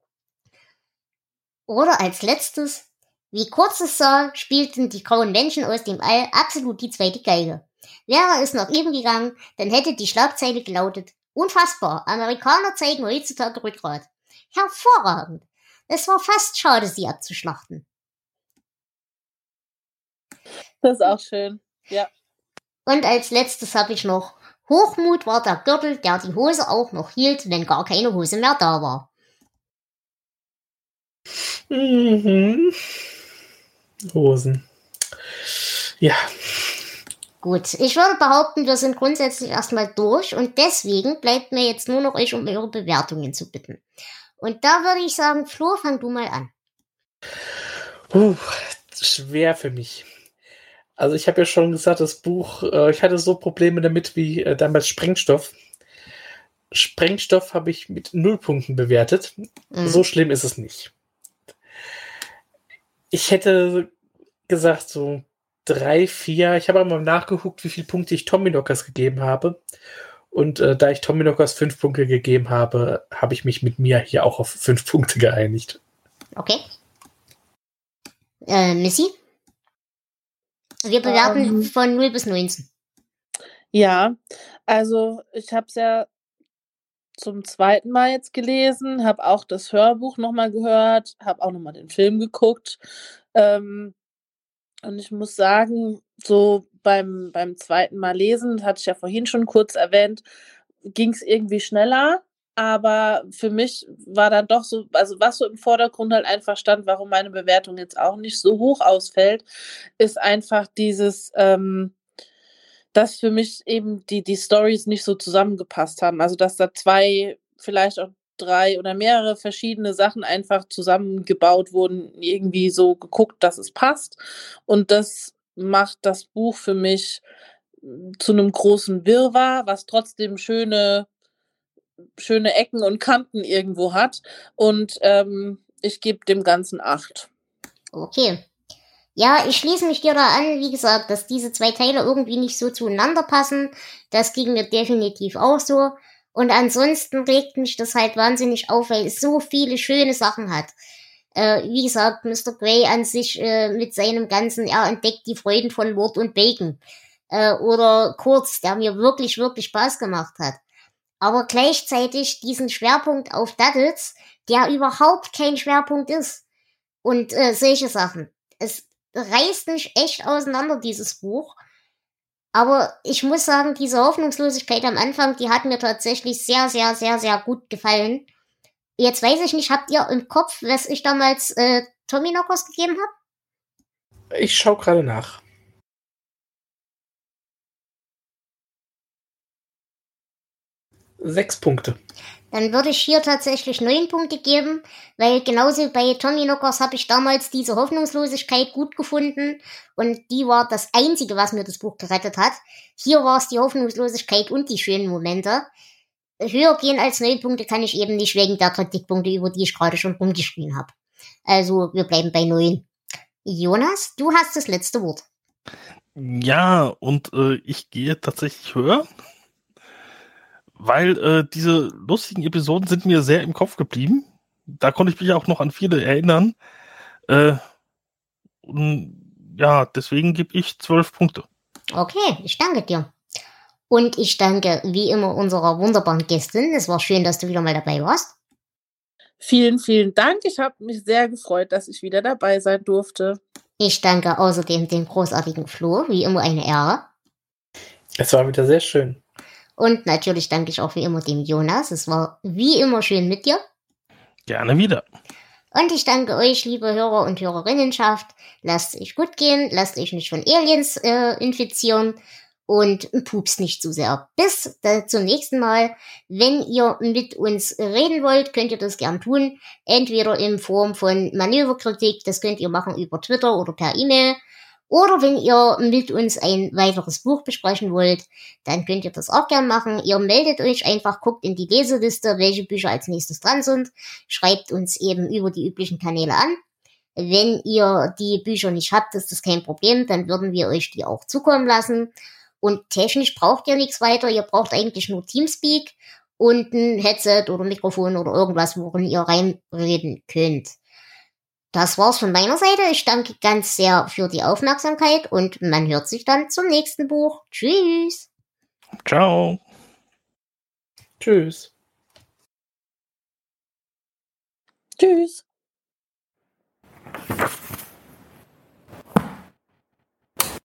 Oder als letztes, wie kurz es sah, spielten die grauen Menschen aus dem All absolut die zweite Geige. Wäre es nach ihm gegangen, dann hätte die Schlagzeile gelautet: Unfassbar, Amerikaner zeigen heutzutage Rückgrat. Hervorragend. Es war fast schade, sie abzuschlachten. Das ist auch schön, ja. Und als letztes habe ich noch: Hochmut war der Gürtel, der die Hose auch noch hielt, wenn gar keine Hose mehr da war. Mhm. Hosen. Ja. Gut, ich würde behaupten, wir sind grundsätzlich erstmal durch und deswegen bleibt mir jetzt nur noch euch um eure Bewertungen zu bitten. Und da würde ich sagen, Flo, fang du mal an. Uh, schwer für mich. Also ich habe ja schon gesagt, das Buch, äh, ich hatte so Probleme damit wie äh, damals Sprengstoff. Sprengstoff habe ich mit null Punkten bewertet. Mhm. So schlimm ist es nicht. Ich hätte gesagt so drei, vier. Ich habe einmal nachgeguckt, wie viele Punkte ich Tommyknockers gegeben habe. Und äh, da ich Tommyknockers fünf Punkte gegeben habe, habe ich mich mit mir hier auch auf fünf Punkte geeinigt. Okay. Äh, Missy? Wir bewerten um, von null bis neunzehn. Ja, also ich habe es ja zum zweiten Mal jetzt gelesen, habe auch das Hörbuch nochmal gehört, habe auch nochmal den Film geguckt. Ähm, und ich muss sagen, so beim, beim zweiten Mal lesen, das hatte ich ja vorhin schon kurz erwähnt, ging es irgendwie schneller. Aber für mich war dann doch so, also was so im Vordergrund halt einfach stand, warum meine Bewertung jetzt auch nicht so hoch ausfällt, ist einfach dieses, ähm, dass für mich eben die, die Storys nicht so zusammengepasst haben. Also dass da zwei, vielleicht auch drei oder mehrere verschiedene Sachen einfach zusammengebaut wurden, irgendwie so geguckt, dass es passt. Und das macht das Buch für mich zu einem großen Wirrwarr, was trotzdem schöne schöne Ecken und Kanten irgendwo hat. Und ähm, ich gebe dem Ganzen acht. Okay. Ja, ich schließe mich dir da an, wie gesagt, dass diese zwei Teile irgendwie nicht so zueinander passen. Das ging mir definitiv auch so. Und ansonsten regt mich das halt wahnsinnig auf, weil es so viele schöne Sachen hat. Äh, wie gesagt, Mister Grey an sich äh, mit seinem ganzen, er entdeckt die Freuden von Lord und Bacon. Äh, oder Kurz, der mir wirklich, wirklich Spaß gemacht hat. Aber gleichzeitig diesen Schwerpunkt auf Duddles, der überhaupt kein Schwerpunkt ist. Und äh, solche Sachen. Es reißt mich echt auseinander, dieses Buch. Aber ich muss sagen, diese Hoffnungslosigkeit am Anfang, die hat mir tatsächlich sehr, sehr, sehr, sehr gut gefallen. Jetzt weiß ich nicht, habt ihr im Kopf, was ich damals äh, Tommyknockers gegeben habe? Ich schaue gerade nach. Sechs Punkte. Dann würde ich hier tatsächlich neun Punkte geben, weil genauso bei Tommyknockers habe ich damals diese Hoffnungslosigkeit gut gefunden und die war das Einzige, was mir das Buch gerettet hat. Hier war es die Hoffnungslosigkeit und die schönen Momente. Höher gehen als neun Punkte kann ich eben nicht wegen der Kritikpunkte, über die ich gerade schon rumgeschrien habe. Also wir bleiben bei neun. Jonas, du hast das letzte Wort. Ja, und äh, ich gehe tatsächlich höher. Weil äh, diese lustigen Episoden sind mir sehr im Kopf geblieben. Da konnte ich mich auch noch an viele erinnern. Äh, und ja, deswegen gebe ich zwölf Punkte. Okay, ich danke dir. Und ich danke wie immer unserer wunderbaren Gästin. Es war schön, dass du wieder mal dabei warst. Vielen, vielen Dank. Ich habe mich sehr gefreut, dass ich wieder dabei sein durfte. Ich danke außerdem dem großartigen Flo. Wie immer eine Ehre. Es war wieder sehr schön. Und natürlich danke ich auch wie immer dem Jonas. Es war wie immer schön mit dir. Gerne wieder. Und ich danke euch, liebe Hörer und Hörerinnenschaft. Lasst es euch gut gehen. Lasst euch nicht von Aliens äh, infizieren. Und pupst nicht zu sehr. Bis äh, zum nächsten Mal. Wenn ihr mit uns reden wollt, könnt ihr das gern tun. Entweder in Form von Manöverkritik. Das könnt ihr machen über Twitter oder per E-Mail. Oder wenn ihr mit uns ein weiteres Buch besprechen wollt, dann könnt ihr das auch gern machen. Ihr meldet euch einfach, guckt in die Leseliste, welche Bücher als nächstes dran sind. Schreibt uns eben über die üblichen Kanäle an. Wenn ihr die Bücher nicht habt, ist das kein Problem. Dann würden wir euch die auch zukommen lassen. Und technisch braucht ihr nichts weiter. Ihr braucht eigentlich nur Teamspeak und ein Headset oder Mikrofon oder irgendwas, worin ihr reinreden könnt. Das war's von meiner Seite. Ich danke ganz sehr für die Aufmerksamkeit und man hört sich dann zum nächsten Buch. Tschüss. Ciao. Tschüss. Tschüss.